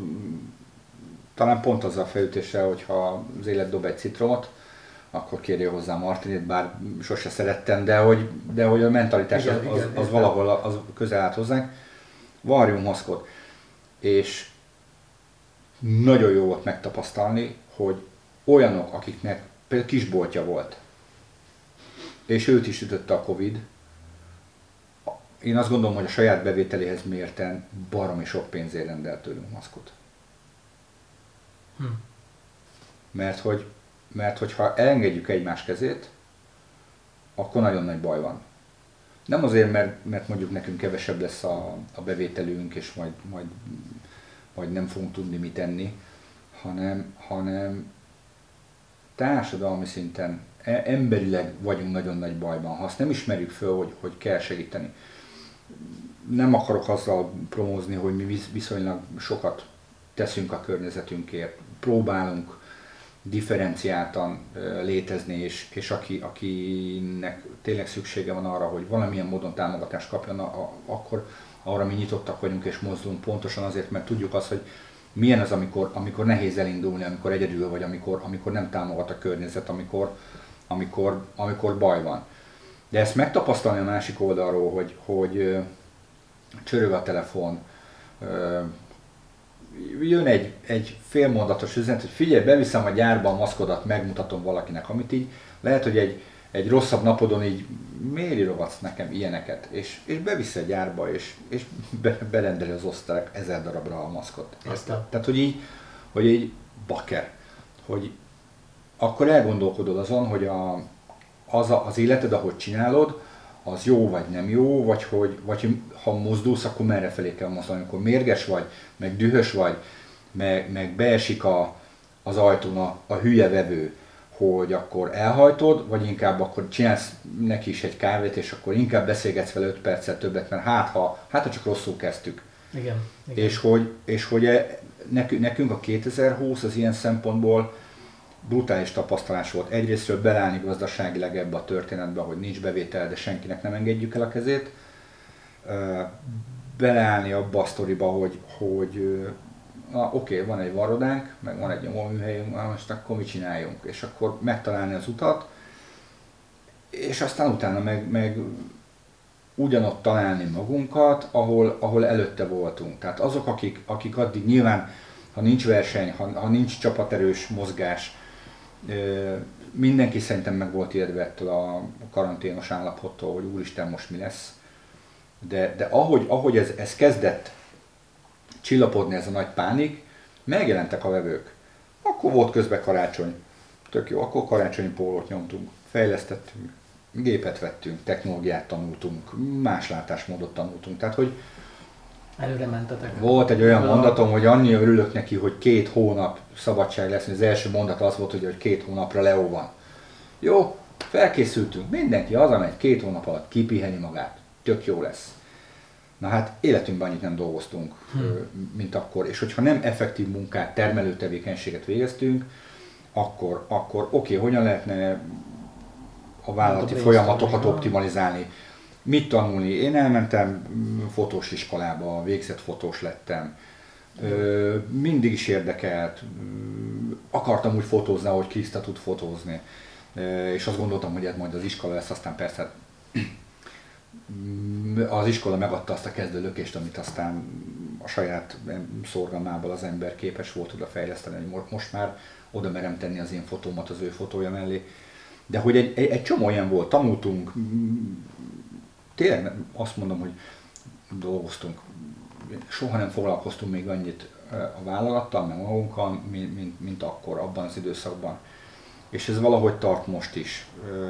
S1: talán pont azzal a felütéssel, hogyha az élet dob egy citromot, akkor kérje hozzá Martinit, bár sose szerettem, de hogy, de hogy a mentalitás igen, az, az, igen, az valahol az közel állt hozzánk. Varjunk maszkot. És nagyon jó volt megtapasztalni, hogy olyanok, akiknek például kisboltja volt, és őt is ütötte a Covid, én azt gondolom, hogy a saját bevételéhez mérten baromi sok pénzért rendelt tőlünk maszkot. Hm. Mert hogy Mert hogyha elengedjük egymás kezét, akkor nagyon nagy baj van. Nem azért, mert, mert mondjuk nekünk kevesebb lesz a, a bevételünk, és majd, majd, majd nem fogunk tudni mit tenni, hanem, hanem társadalmi szinten, emberileg vagyunk nagyon nagy bajban. Ha azt nem ismerjük föl, hogy, hogy kell segíteni. Nem akarok azzal promózni, hogy mi viszonylag sokat teszünk a környezetünkért, próbálunk differenciáltan létezni, és, és aki, akinek tényleg szüksége van arra, hogy valamilyen módon támogatást kapjon, a, a, akkor arra mi nyitottak vagyunk és mozdulunk pontosan azért, mert tudjuk azt, hogy milyen az, amikor, amikor nehéz elindulni, amikor egyedül vagy, amikor, amikor nem támogat a környezet, amikor, amikor, amikor baj van. De ezt megtapasztalni a másik oldalról, hogy, hogy csörög a telefon, jön egy, egy félmondatos üzenet, hogy figyelj, beviszem a gyárba a maszkodat, megmutatom valakinek, amit így lehet, hogy egy, egy rosszabb napodon így miért írogatsz nekem ilyeneket, és, és bevisz a gyárba, és, és be, berendeli az osztályok ezer darabra a maszkot. Tehát, hogy így, hogy így bakker, hogy akkor elgondolkodod azon, hogy a, az, a, az életed, ahogy csinálod, az jó vagy nem jó, vagy hogy vagy ha mozdulsz, akkor merre felé kell mozdulni, amikor mérges vagy, meg dühös vagy, meg, meg beesik a, az ajtón a, a hülye vevő, hogy akkor elhajtod, vagy inkább akkor csinálsz neki is egy kávét, és akkor inkább beszélgetsz vele öt perccel többet, mert hát ha, hát ha csak rosszul kezdtük.
S2: Igen, igen.
S1: És hogy, és hogy nekünk, nekünk a kétezer-húsz az ilyen szempontból brutális tapasztalás volt. Egyrésztről belállni gazdaságilag ebbe a történetbe, hogy nincs bevétel, de senkinek nem engedjük el a kezét. Beleállni abba a sztoriba, hogy, hogy oké, okay, van egy varrodánk, meg van egy nyomóműhelyünk, most akkor mit csináljunk? És akkor megtalálni az utat, és aztán utána meg, meg ugyanott találni magunkat, ahol, ahol előtte voltunk. Tehát azok, akik, akik addig nyilván, ha nincs verseny, ha, ha nincs csapaterős mozgás, mindenki szerintem meg volt ijedve ettől a karanténos állapottól, hogy úristen, most mi lesz. De, de ahogy, ahogy ez, ez kezdett csillapodni, ez a nagy pánik, megjelentek a vevők. Akkor volt közben karácsony. Tök jó, akkor karácsonyi pólót nyomtunk, fejlesztettünk, gépet vettünk, technológiát tanultunk, más látásmódot tanultunk. Tehát, hogy
S2: előre mentetek.
S1: Volt egy olyan mondatom, hogy annyira örülök neki, hogy két hónap szabadság lesz. Az első mondat az volt, hogy két hónapra Leo van. Jó, felkészültünk, mindenki hazamegy, két hónap alatt kipiheni magát, tök jó lesz. Na hát életünkben annyit nem dolgoztunk, hmm. mint akkor, és hogyha nem effektív munkát, termelő tevékenységet végeztünk, akkor, akkor oké, okay, hogyan lehetne a vállalati a folyamatokat optimalizálni. Mit tanulni? Én elmentem fotós iskolába, végzett fotós lettem. Ö, mindig is érdekelt. Akartam úgy fotózni, ahogy Kriszta tud fotózni. Ö, és azt gondoltam, hogy ez majd az iskola lesz, aztán persze az iskola megadta azt a kezdőlökést, amit aztán a saját szorgalmából az ember képes volt oda fejleszteni, hogy most már oda merem tenni az én fotómat az ő fotója mellé. De hogy egy, egy, egy csomó olyan volt, tanultunk, tényleg azt mondom, hogy dolgoztunk. Soha nem foglalkoztunk még annyit a vállalattal, meg magunkkal, mint, mint, mint akkor, abban az időszakban. És ez valahogy tart most is.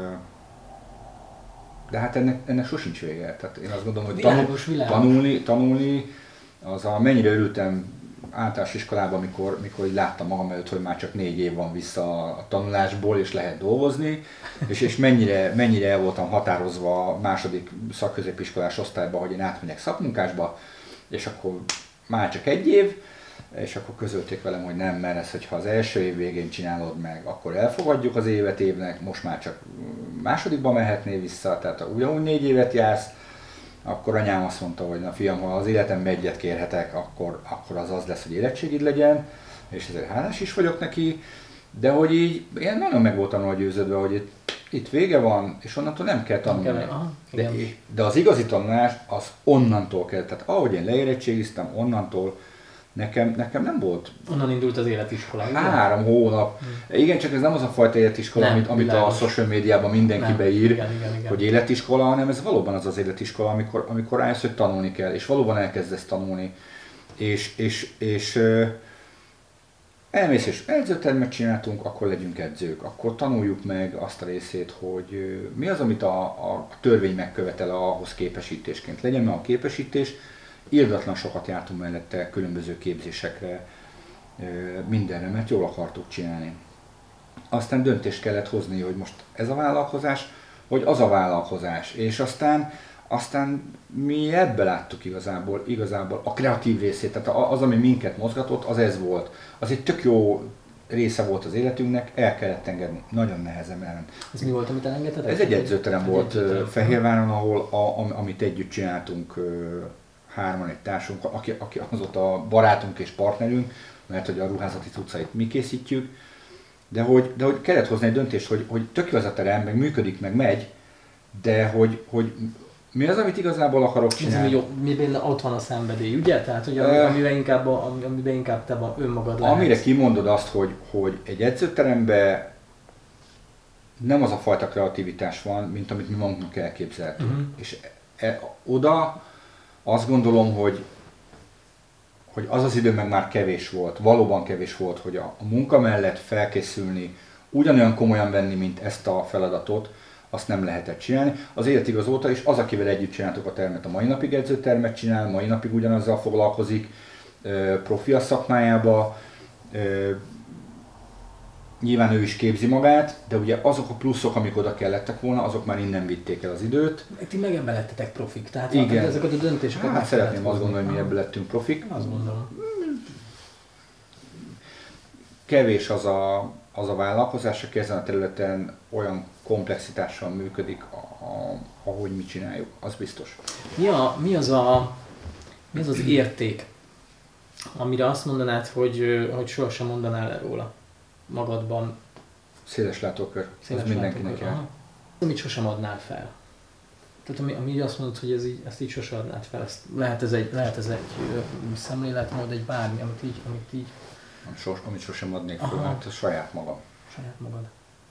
S1: De hát ennek, ennek sosincs vége. Tehát én azt gondolom, hogy tanul,
S2: világos, világos.
S1: tanulni, tanulni, az a mennyire örültem általános iskolában, mikor, mikor így láttam magam előtt, hogy már csak négy év van vissza a tanulásból, és lehet dolgozni, és, és mennyire, mennyire el voltam határozva a második szakközépiskolás osztályban, hogy én átmegyek szakmunkásba, és akkor már csak egy év, és akkor közölték velem, hogy nem, mert ez, hogyha az első év végén csinálod meg, akkor elfogadjuk az évet évnek, most már csak másodikba mehetnél vissza, tehát ha ugyanúgy négy évet jársz, akkor anyám azt mondta, hogy na fiam, ha az életemben egyet kérhetek, akkor, akkor az az lesz, hogy érettségid legyen, és ezért hálás is vagyok neki, de hogy így, én nagyon meg voltam róla győződve, hogy itt, itt vége van, és onnantól nem kell tanulni.
S2: Nem kell, aha,
S1: de, de az igazi tanulás az onnantól kell, tehát ahogy én leérettségiztem, onnantól nekem, nekem nem volt.
S2: Onnan indult az életiskola.
S1: Három hónap. Hmm. Igen, csak ez nem az a fajta életiskola, nem, amit, amit a social médiában mindenki nem. beír, igen, igen, igen. hogy életiskola, hanem ez valóban az az életiskola, amikor, amikor rájössz, hogy tanulni kell, és valóban elkezdesz tanulni. És, és, és euh, elmész és edzőtermet csináltunk, akkor legyünk edzők, akkor tanuljuk meg azt a részét, hogy euh, mi az, amit a, a törvény megkövetel ahhoz képesítésként. Legyen meg a képesítés, irdatlan sokat jártunk mellette különböző képzésekre, mindenre, mert jól akartuk csinálni. Aztán döntést kellett hozni, hogy most ez a vállalkozás, vagy az a vállalkozás. És aztán, aztán mi ebbe láttuk igazából, igazából a kreatív részét, tehát az, ami minket mozgatott, az ez volt. Az egy tök jó része volt az életünknek, el kellett engedni. Nagyon nehezen elment.
S2: Ez mi volt, amit elengedtetek?
S1: Ez egy edzőterem volt edzőterem. Fehérváron, ahol a, amit együtt csináltunk, hárman egy társunk, aki, aki azóta a barátunk és partnerünk, mert hogy a ruházati cuccait mi készítjük, de hogy, de hogy kellett hozni egy döntést, hogy, hogy tök jó az a terem, meg működik, meg megy, de hogy, hogy Mi az, amit igazából akarok csinálni?
S2: Jó, miben ott van a szenvedély, ugye? Tehát, hogy amiben inkább, amiben inkább te van, önmagad lehetsz.
S1: Amire kimondod azt, hogy, hogy egy edzőteremben nem az a fajta kreativitás van, mint amit mi magunknak elképzeltünk. Uh-huh. És e, oda azt gondolom, hogy, hogy az az idő meg már kevés volt, valóban kevés volt, hogy a, a munka mellett felkészülni, ugyanolyan komolyan venni, mint ezt a feladatot, azt nem lehetett csinálni. Az élet igaz óta is az, akivel együtt csináltuk a termet, a mai napig edzőtermet csinál, mai napig ugyanazzal foglalkozik, profi a szakmájába, nyilván ő is képzi magát, de ugye azok a pluszok, amik oda kellettek volna, azok már innen vitték el az időt.
S2: Ti meg ebben lettetek profik, tehát
S1: igen.
S2: Ezeket a döntéseket
S1: hát szeretném azt gondolni, hogy mi ebből lettünk profik.
S2: Azt gondolom.
S1: Kevés az a, az a vállalkozás, aki ezen a területen olyan komplexitással működik, a, a, ahogy mi csináljuk, az biztos.
S2: Mi, a, mi, az a, mi az az érték, amire azt mondanád, hogy, hogy sohasem mondanál el róla magadban?
S1: Széles látókör,
S2: Széles
S1: az mindenkinek jár.
S2: Amit sosem adnál fel. Tehát ami, ami azt mondod, hogy ez így, ezt így sosem adnád fel, ezt, lehet, ez egy, lehet ez egy szemléletmód, egy bármi, amit így, amit így...
S1: Sos, amit sosem adnék fel, hát a saját magam.
S2: Saját magad.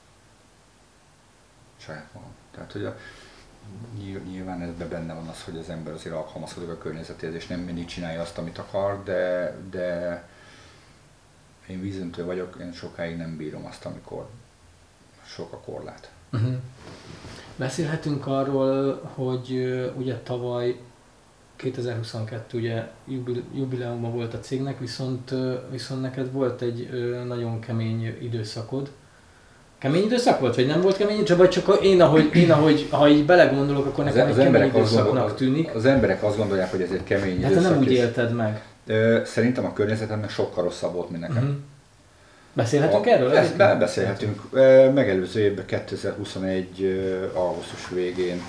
S1: Saját magam. Tehát, hogy a, nyilván ebben benne van az, hogy az ember azért alkalmazkodik a környezetéhez, és nem mindig csinálja azt, amit akar, de, de én vízöntő vagyok, én sokáig nem bírom azt, amikor sok a korlát.
S2: Uh-huh. Beszélhetünk arról, hogy uh, ugye tavaly kétezer-huszonkettő ugye jubil, jubileuma volt a cégnek, viszont, uh, viszont neked volt egy uh, nagyon kemény időszakod. Kemény időszak volt, vagy nem volt kemény? Csak vagy csak én, ahogy, én ahogy, ha így belegondolok, akkor nekem az egy kemény időszaknak gondol, tűnik.
S1: Az emberek azt gondolják, hogy ez egy kemény
S2: hát
S1: időszak.
S2: Hát te nem úgy élted meg.
S1: Szerintem a környezetemnek sokkal rosszabb volt, mint nekem. Uh-huh.
S2: Beszélhetünk a, erről?
S1: Ezt beszélhetünk. Megelőző évben kétezer-huszonegy. augusztus végén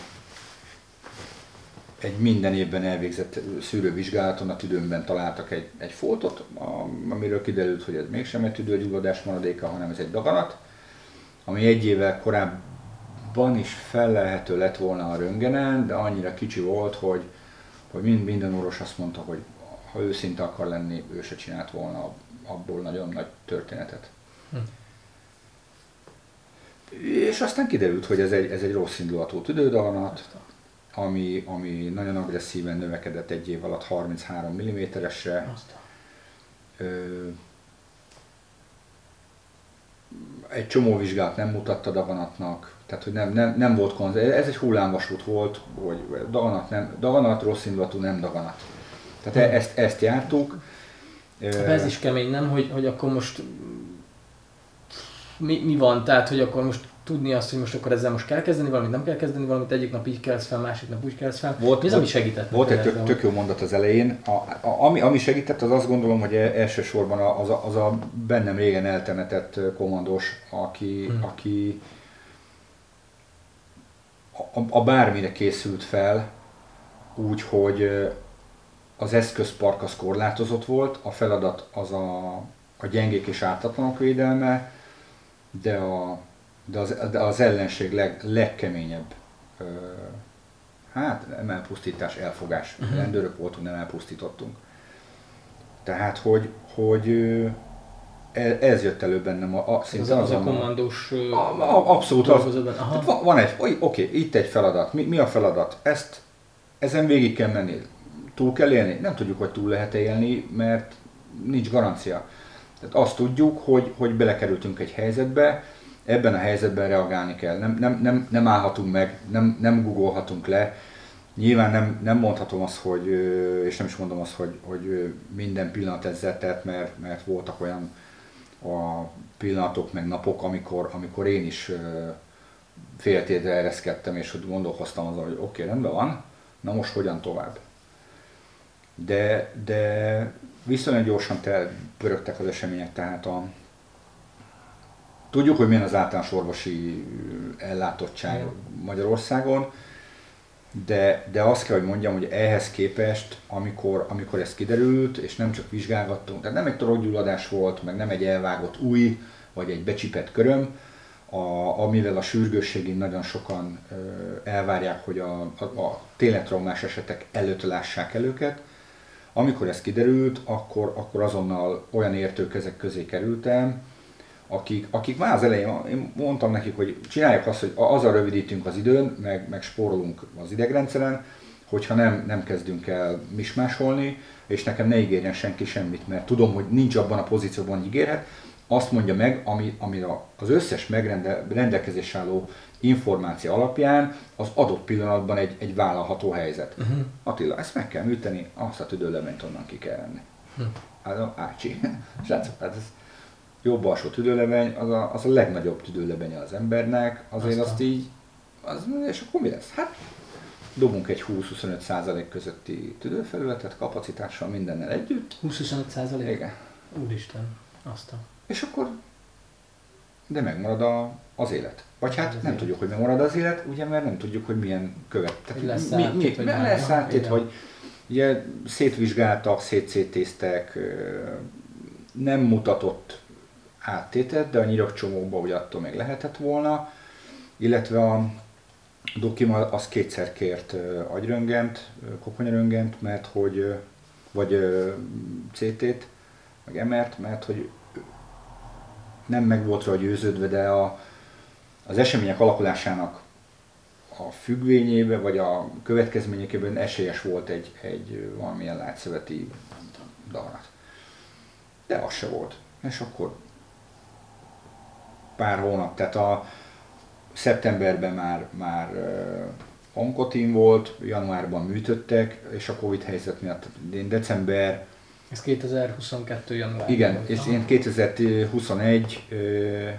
S1: egy minden évben elvégzett szűrővizsgálaton a tüdőmben találtak egy, egy foltot, amiről kiderült, hogy ez mégsem egy tüdőgyulladás maradéka, hanem ez egy daganat, ami egy évvel korábban is fellelhető lett volna a röntgenen, de annyira kicsi volt, hogy, hogy mind, minden orvos azt mondta, hogy ha őszinte akar lenni, ő se csinált volna abból nagyon nagy történetet. Hm. És aztán kiderült, hogy ez egy, ez egy rossz indulatú tüdődaganat, ami, ami nagyon agresszíven növekedett egy év alatt harminchárom milliméteresre. Egy csomó vizsgálat nem mutatta daganatnak, tehát hogy nem, nem, nem volt konz. Ez egy hullámvasút volt, hogy daganat, nem, daganat, rossz indulatú, nem daganat. Tehát hm. ezt, ezt jártuk.
S2: Ez is kemény, nem? Hogy, hogy akkor most mi, mi van? Tehát, hogy akkor most tudni azt, hogy most akkor ezzel most kell kezdeni valamit, nem kell kezdeni valamit, egyik nap így kelsz fel, másik nap úgy kelsz fel.
S1: Volt,
S2: mi az, ami segített?
S1: Volt egy tök, tök jó mondat az elején. A, a, ami, ami segített, az azt gondolom, hogy elsősorban az a, az a bennem régen eltemetett kommandós, aki, hmm. aki a, a bármire készült fel, úgy, hogy az eszközpark az korlátozott volt, a feladat az a, a gyengék és ártatlanok védelme, de, a, de, az, de az ellenség leg, legkeményebb, ö, hát nem elpusztítás, elfogás. Uh-huh. Rendőrök voltunk, nem elpusztítottunk. Tehát, hogy, hogy ez jött elő bennem a, a
S2: szinte az, az a kommandós
S1: abszolút az. Van, van egy, oké, okay, itt egy feladat. Mi, mi a feladat? Ezt, ezen végig kell menni. Túl kell élni? Nem tudjuk, hogy túl lehet élni, mert nincs garancia. Tehát azt tudjuk, hogy, hogy belekerültünk egy helyzetbe, ebben a helyzetben reagálni kell. Nem, nem, nem, nem állhatunk meg, nem, nem googolhatunk le. Nyilván nem, nem mondhatom azt, hogy, és nem is mondom azt, hogy, hogy minden pillanat ezzel telt, mert, mert voltak olyan a pillanatok, meg napok, amikor, amikor én is féltétre ereszkedtem, és hogy gondolkoztam azon, hogy oké, okay, rendben van, na most hogyan tovább. De, de viszonylag gyorsan pörögtek az események, tehát a, tudjuk, hogy milyen az általános orvosi ellátottság Magyarországon, de, de azt kell, hogy mondjam, hogy ehhez képest, amikor, amikor ez kiderült, és nem csak vizsgálgattunk, tehát nem egy torokgyulladás volt, meg nem egy elvágott ujj, vagy egy becsipett köröm, a, amivel a sürgősségén nagyon sokan ö, elvárják, hogy a, a, a tényleg traumás esetek előtt lássák el őket. Amikor ez kiderült, akkor, akkor azonnal olyan értők ezek közé kerültem, akik, akik már az elején, én mondtam nekik, hogy csinálják azt, hogy azzal rövidítünk az időn, meg, meg spórolunk az idegrendszeren, hogyha nem, nem kezdünk el mismásolni, és nekem ne ígérjen senki semmit, mert tudom, hogy nincs abban a pozícióban, hogy ígérhet, azt mondja meg, ami, ami az összes megrendelkezés álló információ alapján az adott pillanatban egy, egy vállalható helyzet. Uh-huh. Attila, ezt meg kell műteni, azt a tüdőleményt onnan ki kell venni. Uh-huh. Hát ácsi. Srácok, hát ez jobb alsó tüdőlebeny, az a, az a legnagyobb tüdőlebenye az embernek, azért azt, azt így, az, és akkor mi lesz? Hát dobunk egy húsz-huszonöt százalék közötti tüdőfelületet kapacitással mindennel együtt.
S2: húsz-huszonöt százalék?
S1: Igen.
S2: Úristen, azt a...
S1: És akkor, de megmarad a, az élet. Vagy hát az nem élet. Tudjuk, hogy megmarad az élet, ugye, mert nem tudjuk, hogy milyen követ. Tehát
S2: lesz
S1: mi,
S2: átét,
S1: mi, mi lesz átét, vagy ugye szétvizsgáltak, szétszétéztek, nem mutatott áttétet, de a nyirokcsomókban ugye attól még lehetett volna, illetve a dokim az kétszer kért agyröngent, koponyaröngent, mert hogy, vagy cé tét, meg em er-t, mert hogy nem meg volt rá győződve, de a, az események alakulásának a függvényében, vagy a következményekében esélyes volt egy, egy valamilyen látszöveti daganat. De az se volt. És akkor pár hónap, tehát a szeptemberben már, már uh, onkotin volt, januárban műtöttek, és a Covid helyzet miatt én december...
S2: Ez kétezer-huszonkettő január.
S1: Igen, volt, és aha. Én kétezer-huszonegy uh,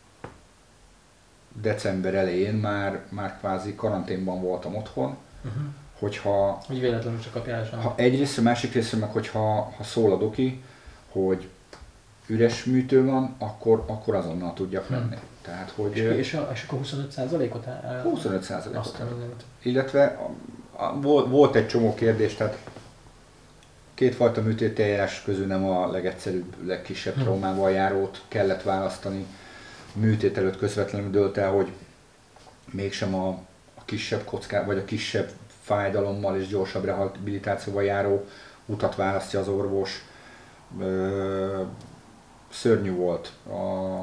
S1: december elején már, már kvázi karanténban voltam otthon, uh-huh. hogyha...
S2: Hogy véletlenül csak kapjál
S1: ha egyrészt, a másik része meg, hogyha ha szól a doki, hogy üres műtő van, akkor, akkor azonnal tudjak menni. Hmm. Tehát, hogy,
S2: és, és, a, és akkor huszonöt százalékot?
S1: huszonöt százalékot. Illetve a, a, volt, volt egy csomó kérdés, tehát kétfajta műtéti eljárás közül nem a legegyszerűbb, legkisebb hmm. traumával járót kellett választani. Műtét előtt közvetlenül dőlt el, hogy mégsem a, a kisebb kocká, vagy a kisebb fájdalommal és gyorsabb rehabilitációval járó utat választja az orvos. Ö, szörnyű volt a,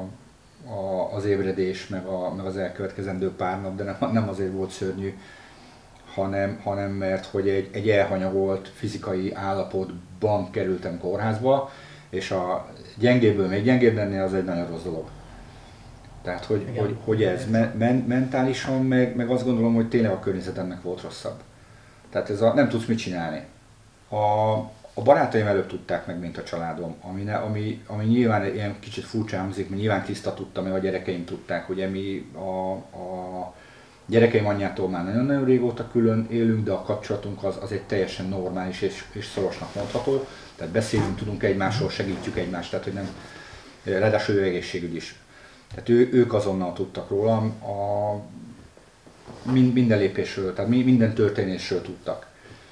S1: a, az ébredés, meg, a, meg az elkövetkezendő pár nap, de nem, nem azért volt szörnyű, hanem, hanem mert hogy egy, egy elhanyagolt fizikai állapotban kerültem kórházba, és a gyengéből még gyengébb lenni az egy nagyon rossz dolog. Tehát, hogy, hogy, hogy ez me, men, mentálisan, meg, meg azt gondolom, hogy tényleg a környezetemnek volt rosszabb. Tehát ez a, nem tudsz mit csinálni. A, A barátaim előbb tudták meg, mint a családom, ami, ne, ami, ami nyilván ilyen kicsit furcsa hangzik, mert nyilván tiszta tudtam, mert a gyerekeim tudták, hogy mi a, a gyerekeim anyjától már nagyon-nagyon régóta külön élünk, de a kapcsolatunk az, az egy teljesen normális és, és szorosnak mondható. Tehát beszélünk, tudunk egymásról, segítjük egymást, tehát hogy nem, ráadásul ő egészségügy is. Tehát ő, ők azonnal tudtak rólam, a, minden lépésről, tehát minden történésről tudtak.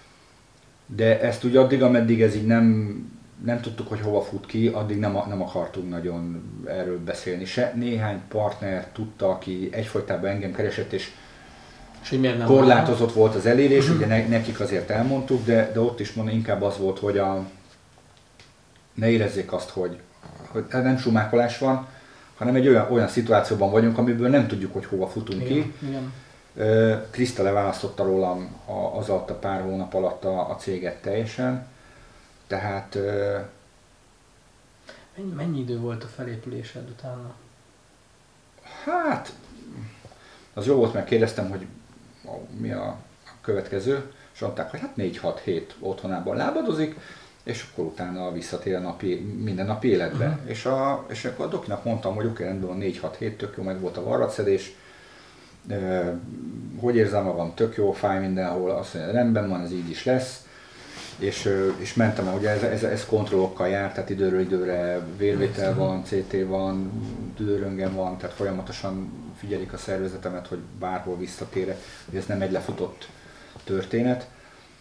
S1: De ezt ugye addig, ameddig ez így nem, nem tudtuk, hogy hova fut ki, addig nem, nem akartunk nagyon erről beszélni se. Néhány partner tudta, aki egyfolytában engem keresett, és, és korlátozott volt az elérés, uh-huh. ugye ne, nekik azért elmondtuk, de, de ott is mondom, inkább az volt, hogy a, ne érezzék azt, hogy, hogy nem sumákolás van, hanem egy olyan, olyan szituációban vagyunk, amiből nem tudjuk, hogy hova futunk
S2: igen,
S1: ki.
S2: Igen.
S1: Kriszta leválasztotta rólam az alatt a pár hónap alatt a, a céget teljesen, tehát...
S2: Mennyi, mennyi idő volt a felépülésed utána?
S1: Hát, az jó volt, mert kérdeztem, hogy mi a következő, és mondták, hogy hát négy-hat hét otthonában lábadozik, és akkor utána visszatér a napi, minden napi életbe. Uh-huh. És, a, és akkor a dokinak mondtam, hogy oké, rendben van négy-hat hét, tök jó, meg volt a varratszedés, Uh, hogy érzem magam, tök jó, fáj mindenhol, azt mondja, rendben van, ez így is lesz. És, uh, és mentem, ugye ez, ez, ez kontrollokkal jár, tehát időről időre vérvétel van, cé té van, tüdőröntgen van, tehát folyamatosan figyelik a szervezetemet, hogy bárhol visszatérek, hogy ez nem egy lefutott történet.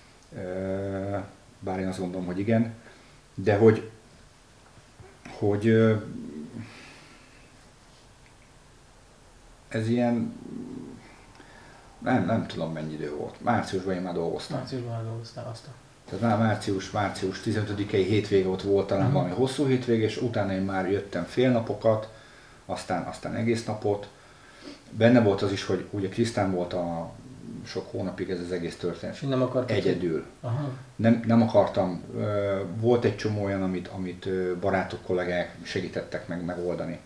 S1: Uh, bár én azt gondolom, hogy igen. De hogy, hogy uh, ez ilyen, nem, nem tudom mennyi idő volt. Márciusban én már dolgoztam.
S2: Márciusban már dolgoztál, azt.
S1: Tehát már március, március tizenötödikei hétvége ott volt talán uh-huh. valami hosszú hétvége, és utána én már jöttem fél napokat, aztán, aztán egész napot. Benne volt az is, hogy ugye Krisztán volt a sok hónapig ez az egész történet.
S2: Nem akartad?
S1: Egyedül. Nem, nem akartam. Volt egy csomó olyan, amit, amit barátok, kollégák segítettek meg megoldani.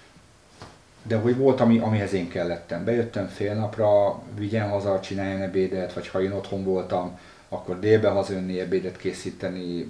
S1: De hogy volt, ami, amihez én kellettem. Bejöttem fél napra, vigyen haza, csináljon ebédet, vagy ha én otthon voltam, akkor délbe hazajönni, ebédet készíteni.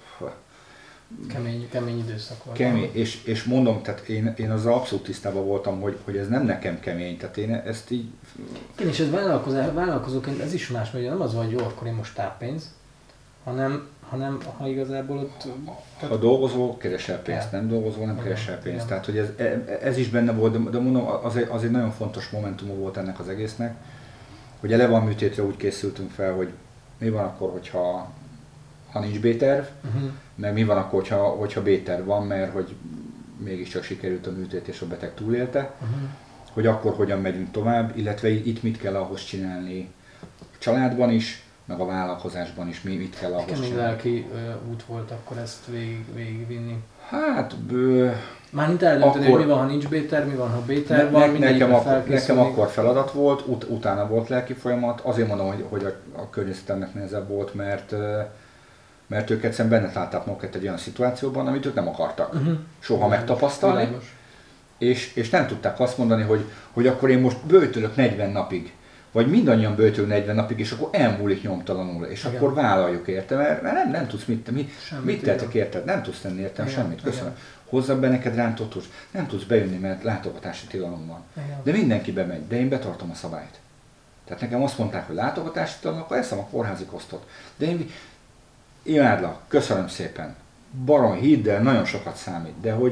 S2: Kemény, kemény időszak volt.
S1: Kemény, és, és mondom, tehát én, én azzal abszolút tisztában voltam, hogy, hogy ez nem nekem kemény, tehát én ezt így...
S2: Igen, és ez vállalkozóként ez is más, mert nem az van, hogy jó, akkor én most táppénz, hanem, hanem ha igazából ott...
S1: Ha dolgozol, keresel pénzt, nem dolgozol, nem keresel pénzt. Tehát, hogy ez, ez is benne volt, de mondom, az egy, az egy nagyon fontos momentum volt ennek az egésznek, hogy eleve a műtétre úgy készültünk fel, hogy mi van akkor, hogyha ha nincs B-terv, uh-huh. mert mi van akkor, hogyha, hogyha B-terv van, mert hogy mégiscsak sikerült a műtét és a beteg túlélte, uh-huh. hogy akkor hogyan megyünk tovább, illetve itt mit kell ahhoz csinálni a családban is, meg a vállalkozásban is, mi mit kell ahhoz
S2: Kemény
S1: csinálni.
S2: lelki ö, út volt akkor ezt végig, végigvinni.
S1: Hát... Bő,
S2: Mármint eldönteni,
S1: akkor,
S2: hogy mi van, ha nincs B-terv, mi van, ha B-terv
S1: ne,
S2: van,
S1: ne, nekem, akkor, nekem
S2: még...
S1: akkor feladat volt, ut, utána volt lelki folyamat, azért mondom, hogy, hogy a, a környezetemnek nehezebb volt, mert mert ők egyszerűen benne találták magukat egy olyan szituációban, amit ők nem akartak uh-huh. soha Világos. megtapasztalni, Világos. És, és nem tudták azt mondani, hogy, hogy akkor én most böjtölök negyven napig, vagy mindannyian böjtölök negyven napig, és akkor elmúlik nyomtalanul, és igen. akkor vállaljuk érte, mert nem, nem tudsz mit, mit, mit tettek érted, nem tudsz tenni értem igen. semmit, köszönöm. Hozzam be neked rántott nem tudsz bejönni, mert látogatási tilalom van. Igen. De mindenki bemegy, de én betartom a szabályt. Tehát nekem azt mondták, hogy látogatási tilalom, akkor eszem a kórházi kosztot. De én imádlak, köszönöm szépen. Barom, hidd el, nagyon sokat számít, de hogy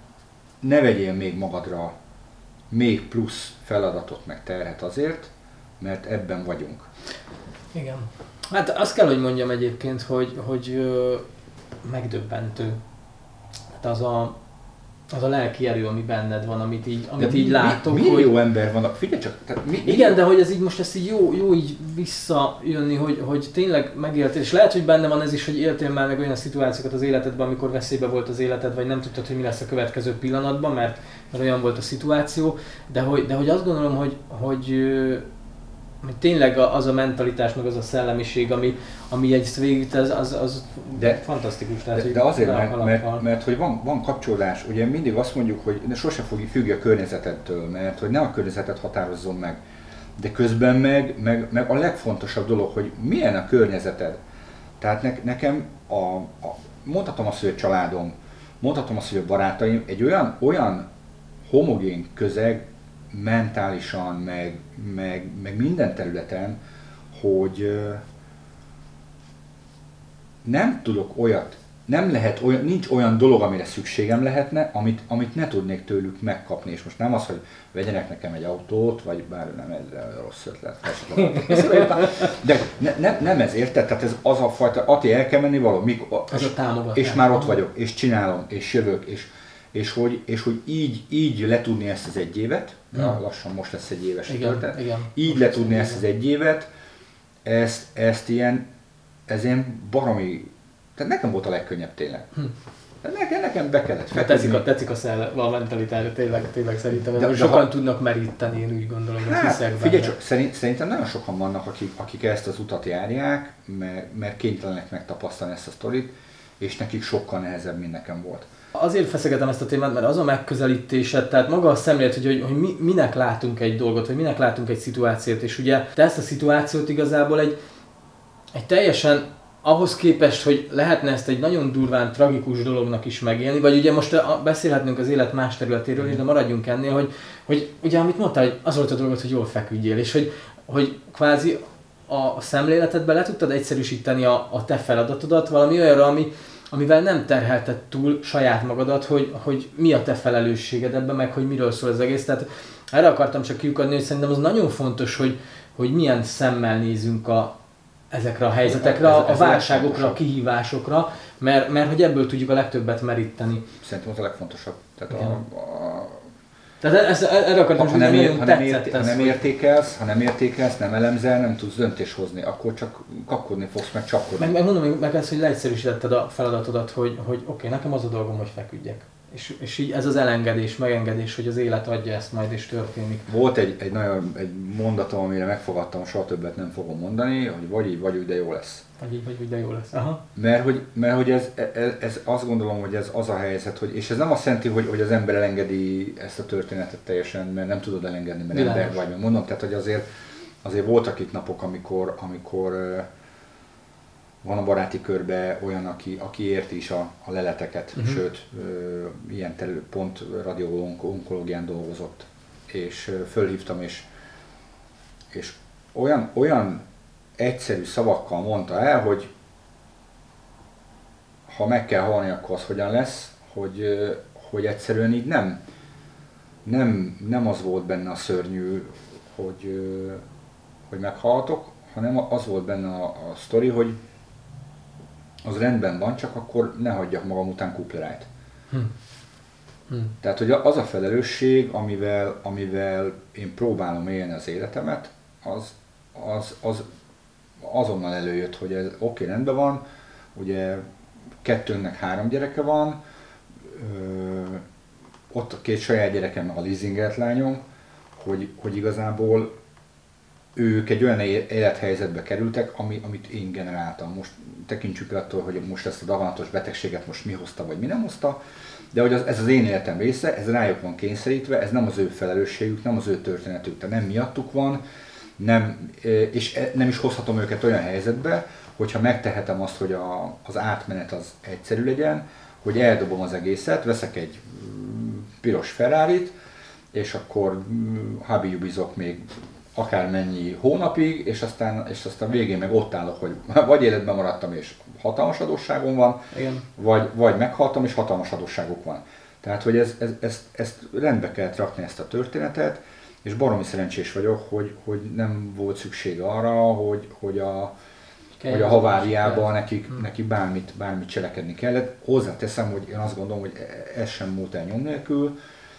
S1: ne vegyél még magadra még plusz feladatot meg terhet azért, mert ebben vagyunk.
S2: Igen. Hát azt kell, hogy mondjam egyébként, hogy, hogy ö, megdöbbentő. Hát az a, az a lelki erő, ami benned van, amit így, amit így
S1: mi,
S2: látok.
S1: Mi, millió hogy... ember van, figyelj csak. Tehát mi,
S2: igen, mi... de hogy ez így most ezt így jó, jó így visszajönni, hogy, hogy tényleg megéltél, és lehet, hogy benne van ez is, hogy éltél már meg olyan szituációkat az életedben, amikor veszélybe volt az életed, vagy nem tudtad, hogy mi lesz a következő pillanatban, mert, mert olyan volt a szituáció, de hogy, de hogy azt gondolom, hogy, hogy hogy tényleg az a mentalitás, meg az a szellemiség, ami, ami egy végig, az, az, az de, fantasztikus. Tehát,
S1: de, de azért, mert, mert, mert hogy van, van kapcsolódás, ugye mindig azt mondjuk, hogy sose fog függni a környezetettől, mert hogy ne a környezetet határozzon meg, de közben meg, meg, meg a legfontosabb dolog, hogy milyen a környezeted. Tehát ne, nekem, a, a, mondhatom azt, hogy a családom, mondhatom azt, hogy a barátaim, egy olyan, olyan homogén közeg, mentálisan, meg, meg, meg minden területen, hogy nem tudok olyat, nem lehet olyan, nincs olyan dolog, amire szükségem lehetne, amit, amit ne tudnék tőlük megkapni. És most nem az, hogy vegyenek nekem egy autót, vagy bár nem ez rossz ötlet, de ne, ne, nem ez, érted? Tehát ez az a fajta, Ati, el kell menni valami, mikor, és, és már ott vagyok, és csinálom, és jövök, és És hogy, és hogy így, így letudni ezt az egy évet, hmm. lassan most lesz egy éves történet, így most letudni ezt az egy évet, ezt, ezt ilyen, ez ilyen baromi, tehát nekem volt a legkönnyebb tényleg. Hmm. Nekem, nekem be kellett feküdni.
S2: Tetszik a, tetszik a, szell, a mentalitás, tényleg, tényleg szerintem, de, de sokan ha, tudnak meríteni, én úgy gondolom, hogy hát, hiszek
S1: figyelj csak, szerint, szerintem nagyon sokan vannak, akik, akik ezt az utat járják, mert, mert kénytelenek megtapasztalni ezt a sztorit, és nekik sokkal nehezebb, mint nekem volt.
S2: Azért feszegetem ezt a témát, mert az a megközelítésed, tehát maga a szemlélet, hogy, hogy, hogy mi, minek látunk egy dolgot, vagy minek látunk egy szituációt, és ugye te ezt a szituációt igazából egy, egy teljesen ahhoz képest, hogy lehetne ezt egy nagyon durván tragikus dolognak is megélni, vagy ugye most beszélhetnünk az élet más területéről is, de maradjunk ennél, hogy, hogy ugye amit mondtál, hogy az volt a dolgot, hogy jól feküdjél, és hogy, hogy kvázi a szemléletedben le tudtad egyszerűsíteni a, a te feladatodat valami olyanra, ami amivel nem terhelted túl saját magadat, hogy, hogy mi a te felelősséged ebben, meg hogy miről szól az egész. Tehát erre akartam csak kiukadni, hogy szerintem az nagyon fontos, hogy, hogy milyen szemmel nézünk a, ezekre a helyzetekre, ez, ez a válságokra, a kihívásokra, mert, mert hogy ebből tudjuk a legtöbbet meríteni.
S1: Szerintem az a legfontosabb. Tehát a, a...
S2: Tehát ez, erre akartam,
S1: ha, nem,
S2: hogy
S1: ér, ha, nem, érté,
S2: ez,
S1: ha nem értékelsz, ha nem értékelsz, nem elemzel, nem tudsz döntést hozni, akkor csak kapkodni fogsz, meg csapkodni.
S2: Meg, meg mondom meg ezt, hogy leegyszerűsítetted a feladatodat, hogy, hogy oké, okay, nekem az a dolgom, hogy feküdjek. És, és így ez az elengedés, megengedés, hogy az élet adja ezt majd és történik.
S1: Volt egy, egy nagyon egy mondatom, amire megfogadtam, soha többet nem fogom mondani, hogy vagy így, vagy úgy, de jó lesz.
S2: Vagy így, vagy úgy, de jó lesz. Aha.
S1: Mert hogy, mert, hogy ez, ez, ez, azt gondolom, hogy ez az a helyzet, hogy, és ez nem azt jelenti, hogy, hogy az ember elengedi ezt a történetet teljesen, mert nem tudod elengedni, mert
S2: Világos.
S1: ember vagy, mert mondom, tehát hogy azért, azért voltak itt napok, amikor, amikor van a baráti körben olyan, aki, aki érti is a, a leleteket, uh-huh. sőt, ö, ilyen terül, pont radiológián dolgozott, és ö, fölhívtam, és, és olyan, olyan egyszerű szavakkal mondta el, hogy ha meg kell halni, akkor az hogyan lesz, hogy, ö, hogy egyszerűen így nem, nem, nem az volt benne a szörnyű, hogy, ö, hogy meghaltok, hanem az volt benne a, a sztori, hogy az rendben van, csak akkor ne hagyjak magam után kuplerájt. Hm. Hm. Tehát, hogy az a felelősség, amivel, amivel én próbálom élni az életemet, az, az, az azonnal előjött, hogy ez oké, okay, rendben van, ugye kettőnknek három gyereke van, ö, ott a két saját gyerekem, meg a leasingelt lányom, hogy, hogy igazából ők egy olyan élethelyzetbe kerültek, ami, amit én generáltam. Most tekintsük el attól, hogy most ezt a daganatos betegséget most mi hozta, vagy mi nem hozta, de hogy az, ez az én életem része, ez rájuk van kényszerítve, ez nem az ő felelősségük, nem az ő történetük, tehát nem miattuk van, nem, és nem is hozhatom őket olyan helyzetbe, hogyha megtehetem azt, hogy a, az átmenet az egyszerű legyen, hogy eldobom az egészet, veszek egy piros Ferrarit, és akkor habijubizok még akármennyi hónapig, és aztán, és aztán végén meg ott állok, hogy vagy életben maradtam és hatalmas adósságom van,
S2: igen.
S1: Vagy, vagy meghaltam és hatalmas adósságok van. Tehát, hogy ez, ez, ezt, ezt rendbe kellett rakni, ezt a történetet, és baromi szerencsés vagyok, hogy, hogy nem volt szükség arra, hogy, hogy a, hogy a haváriában nekik, hmm. nekik bármit, bármit cselekedni kellett. Hozzáteszem, hogy én azt gondolom, hogy ez sem múlt el nyom nélkül,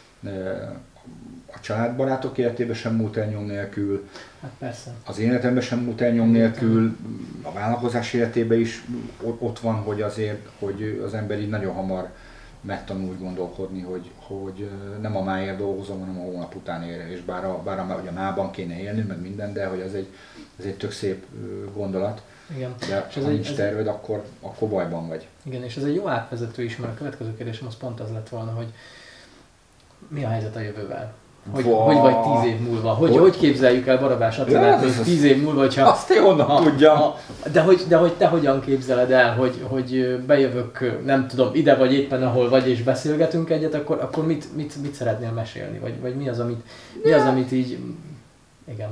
S1: a családbarátok életében sem múlt el nyom nélkül,
S2: hát persze.
S1: Az életemben sem múlt el nyom nélkül, a vállalkozás életében is ott van, hogy azért, hogy az ember így nagyon hamar megtanul úgy gondolkodni, hogy, hogy nem a máért dolgozom, hanem a hónap utánére, és bár a, bár a, hogy a mában kéne élni, meg minden, de hogy ez egy, ez egy tök szép gondolat.
S2: Igen.
S1: De
S2: és ez
S1: ha
S2: egy,
S1: nincs
S2: ez
S1: terved, akkor, akkor bajban vagy.
S2: Igen, és ez egy jó átvezető is, mert a következő kérdésem az pont az lett volna, hogy mi a helyzet a jövővel? Hogy, hogy vagy tíz év múlva? Hogy, hogy? hogy képzeljük el Barabás Attilát, hogy tíz év múlva, hogyha...
S1: Azt én honnan tudjam.
S2: De hogy, de hogy te hogyan képzeled el, hogy, hogy bejövök, nem tudom, ide vagy éppen ahol vagy és beszélgetünk egyet, akkor, akkor mit, mit, mit szeretnél mesélni? Vagy, vagy mi, az, amit, mi az, amit így... Igen.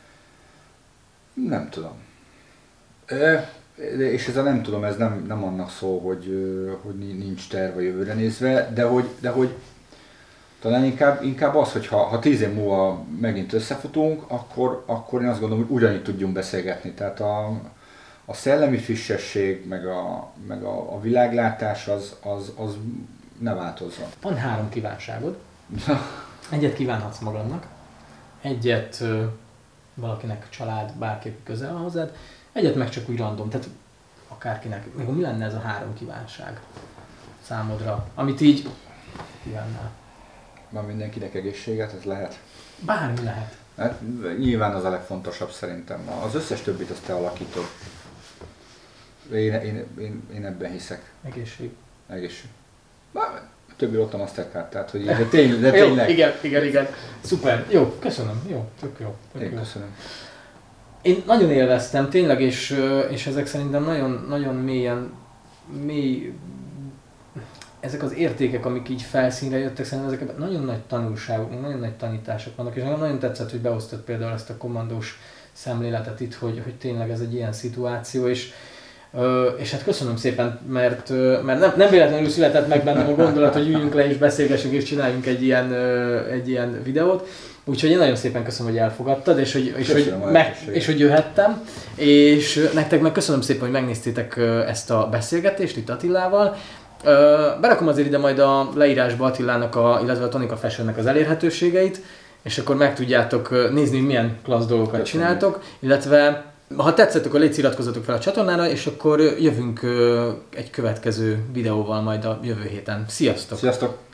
S1: Nem tudom. E, és ez a nem tudom, ez nem, nem annak szól, hogy, hogy nincs terv a jövőre nézve, de hogy, de hogy talán inkább, inkább az, hogy ha, ha tíz év múlva megint összefutunk, akkor, akkor én azt gondolom, hogy ugyanígy tudjunk beszélgetni. Tehát a, a szellemi frissesség, meg a, meg a, a világlátás az, az, az ne változzon.
S2: Van három kívánságod. Egyet kívánhatsz magadnak, egyet ö, valakinek, család, bárki közel van hozzád, egyet meg csak úgy random, tehát akárkinek. Még mi lenne ez a három kívánság számodra, amit így kívánnál?
S1: Van mindenkinek egészséget, ez lehet?
S2: Bármi lehet.
S1: Hát, nyilván az a legfontosabb szerintem. Az összes többit azt te alakítod. Én, én, én, én ebben hiszek.
S2: Egészség.
S1: Egészség. A többi ott a Mastercard, tehát hogy de tényleg. De tényleg.
S2: Jó, igen, igen, igen. Szuper. Jó, köszönöm. Jó, tök jó. Tök
S1: én
S2: jó.
S1: köszönöm.
S2: Én nagyon élveztem, tényleg, és, és ezek szerintem nagyon, nagyon mélyen, mély, ezek az értékek, amik így felszínre jöttek, szerintem ezek nagyon nagy tanulságok, nagyon nagy tanítások vannak, és nagyon tetszett, hogy beosztott például ezt a kommandós szemléletet itt, hogy, hogy tényleg ez egy ilyen szituáció, és, és hát köszönöm szépen, mert, mert nem, nem véletlenül született meg bennem a gondolat, hogy üljünk le és beszélgessünk és csináljunk egy ilyen, egy ilyen videót. Úgyhogy én nagyon szépen köszönöm, hogy elfogadtad, és hogy, és hogy, meg, és hogy jöhettem, és nektek meg köszönöm szépen, hogy megnéztétek ezt a beszélgetést itt Attilával, Ö, berakom azért ide majd a leírásba Attilának, a, illetve a Tonika Fashionnek az elérhetőségeit, és akkor meg tudjátok nézni, hogy milyen klassz dolgokat Köszönjük. csináltok, illetve ha tetszett, akkor légy iratkozzatok fel a csatornára, és akkor jövünk egy következő videóval majd a jövő héten. Sziasztok!
S1: Sziasztok!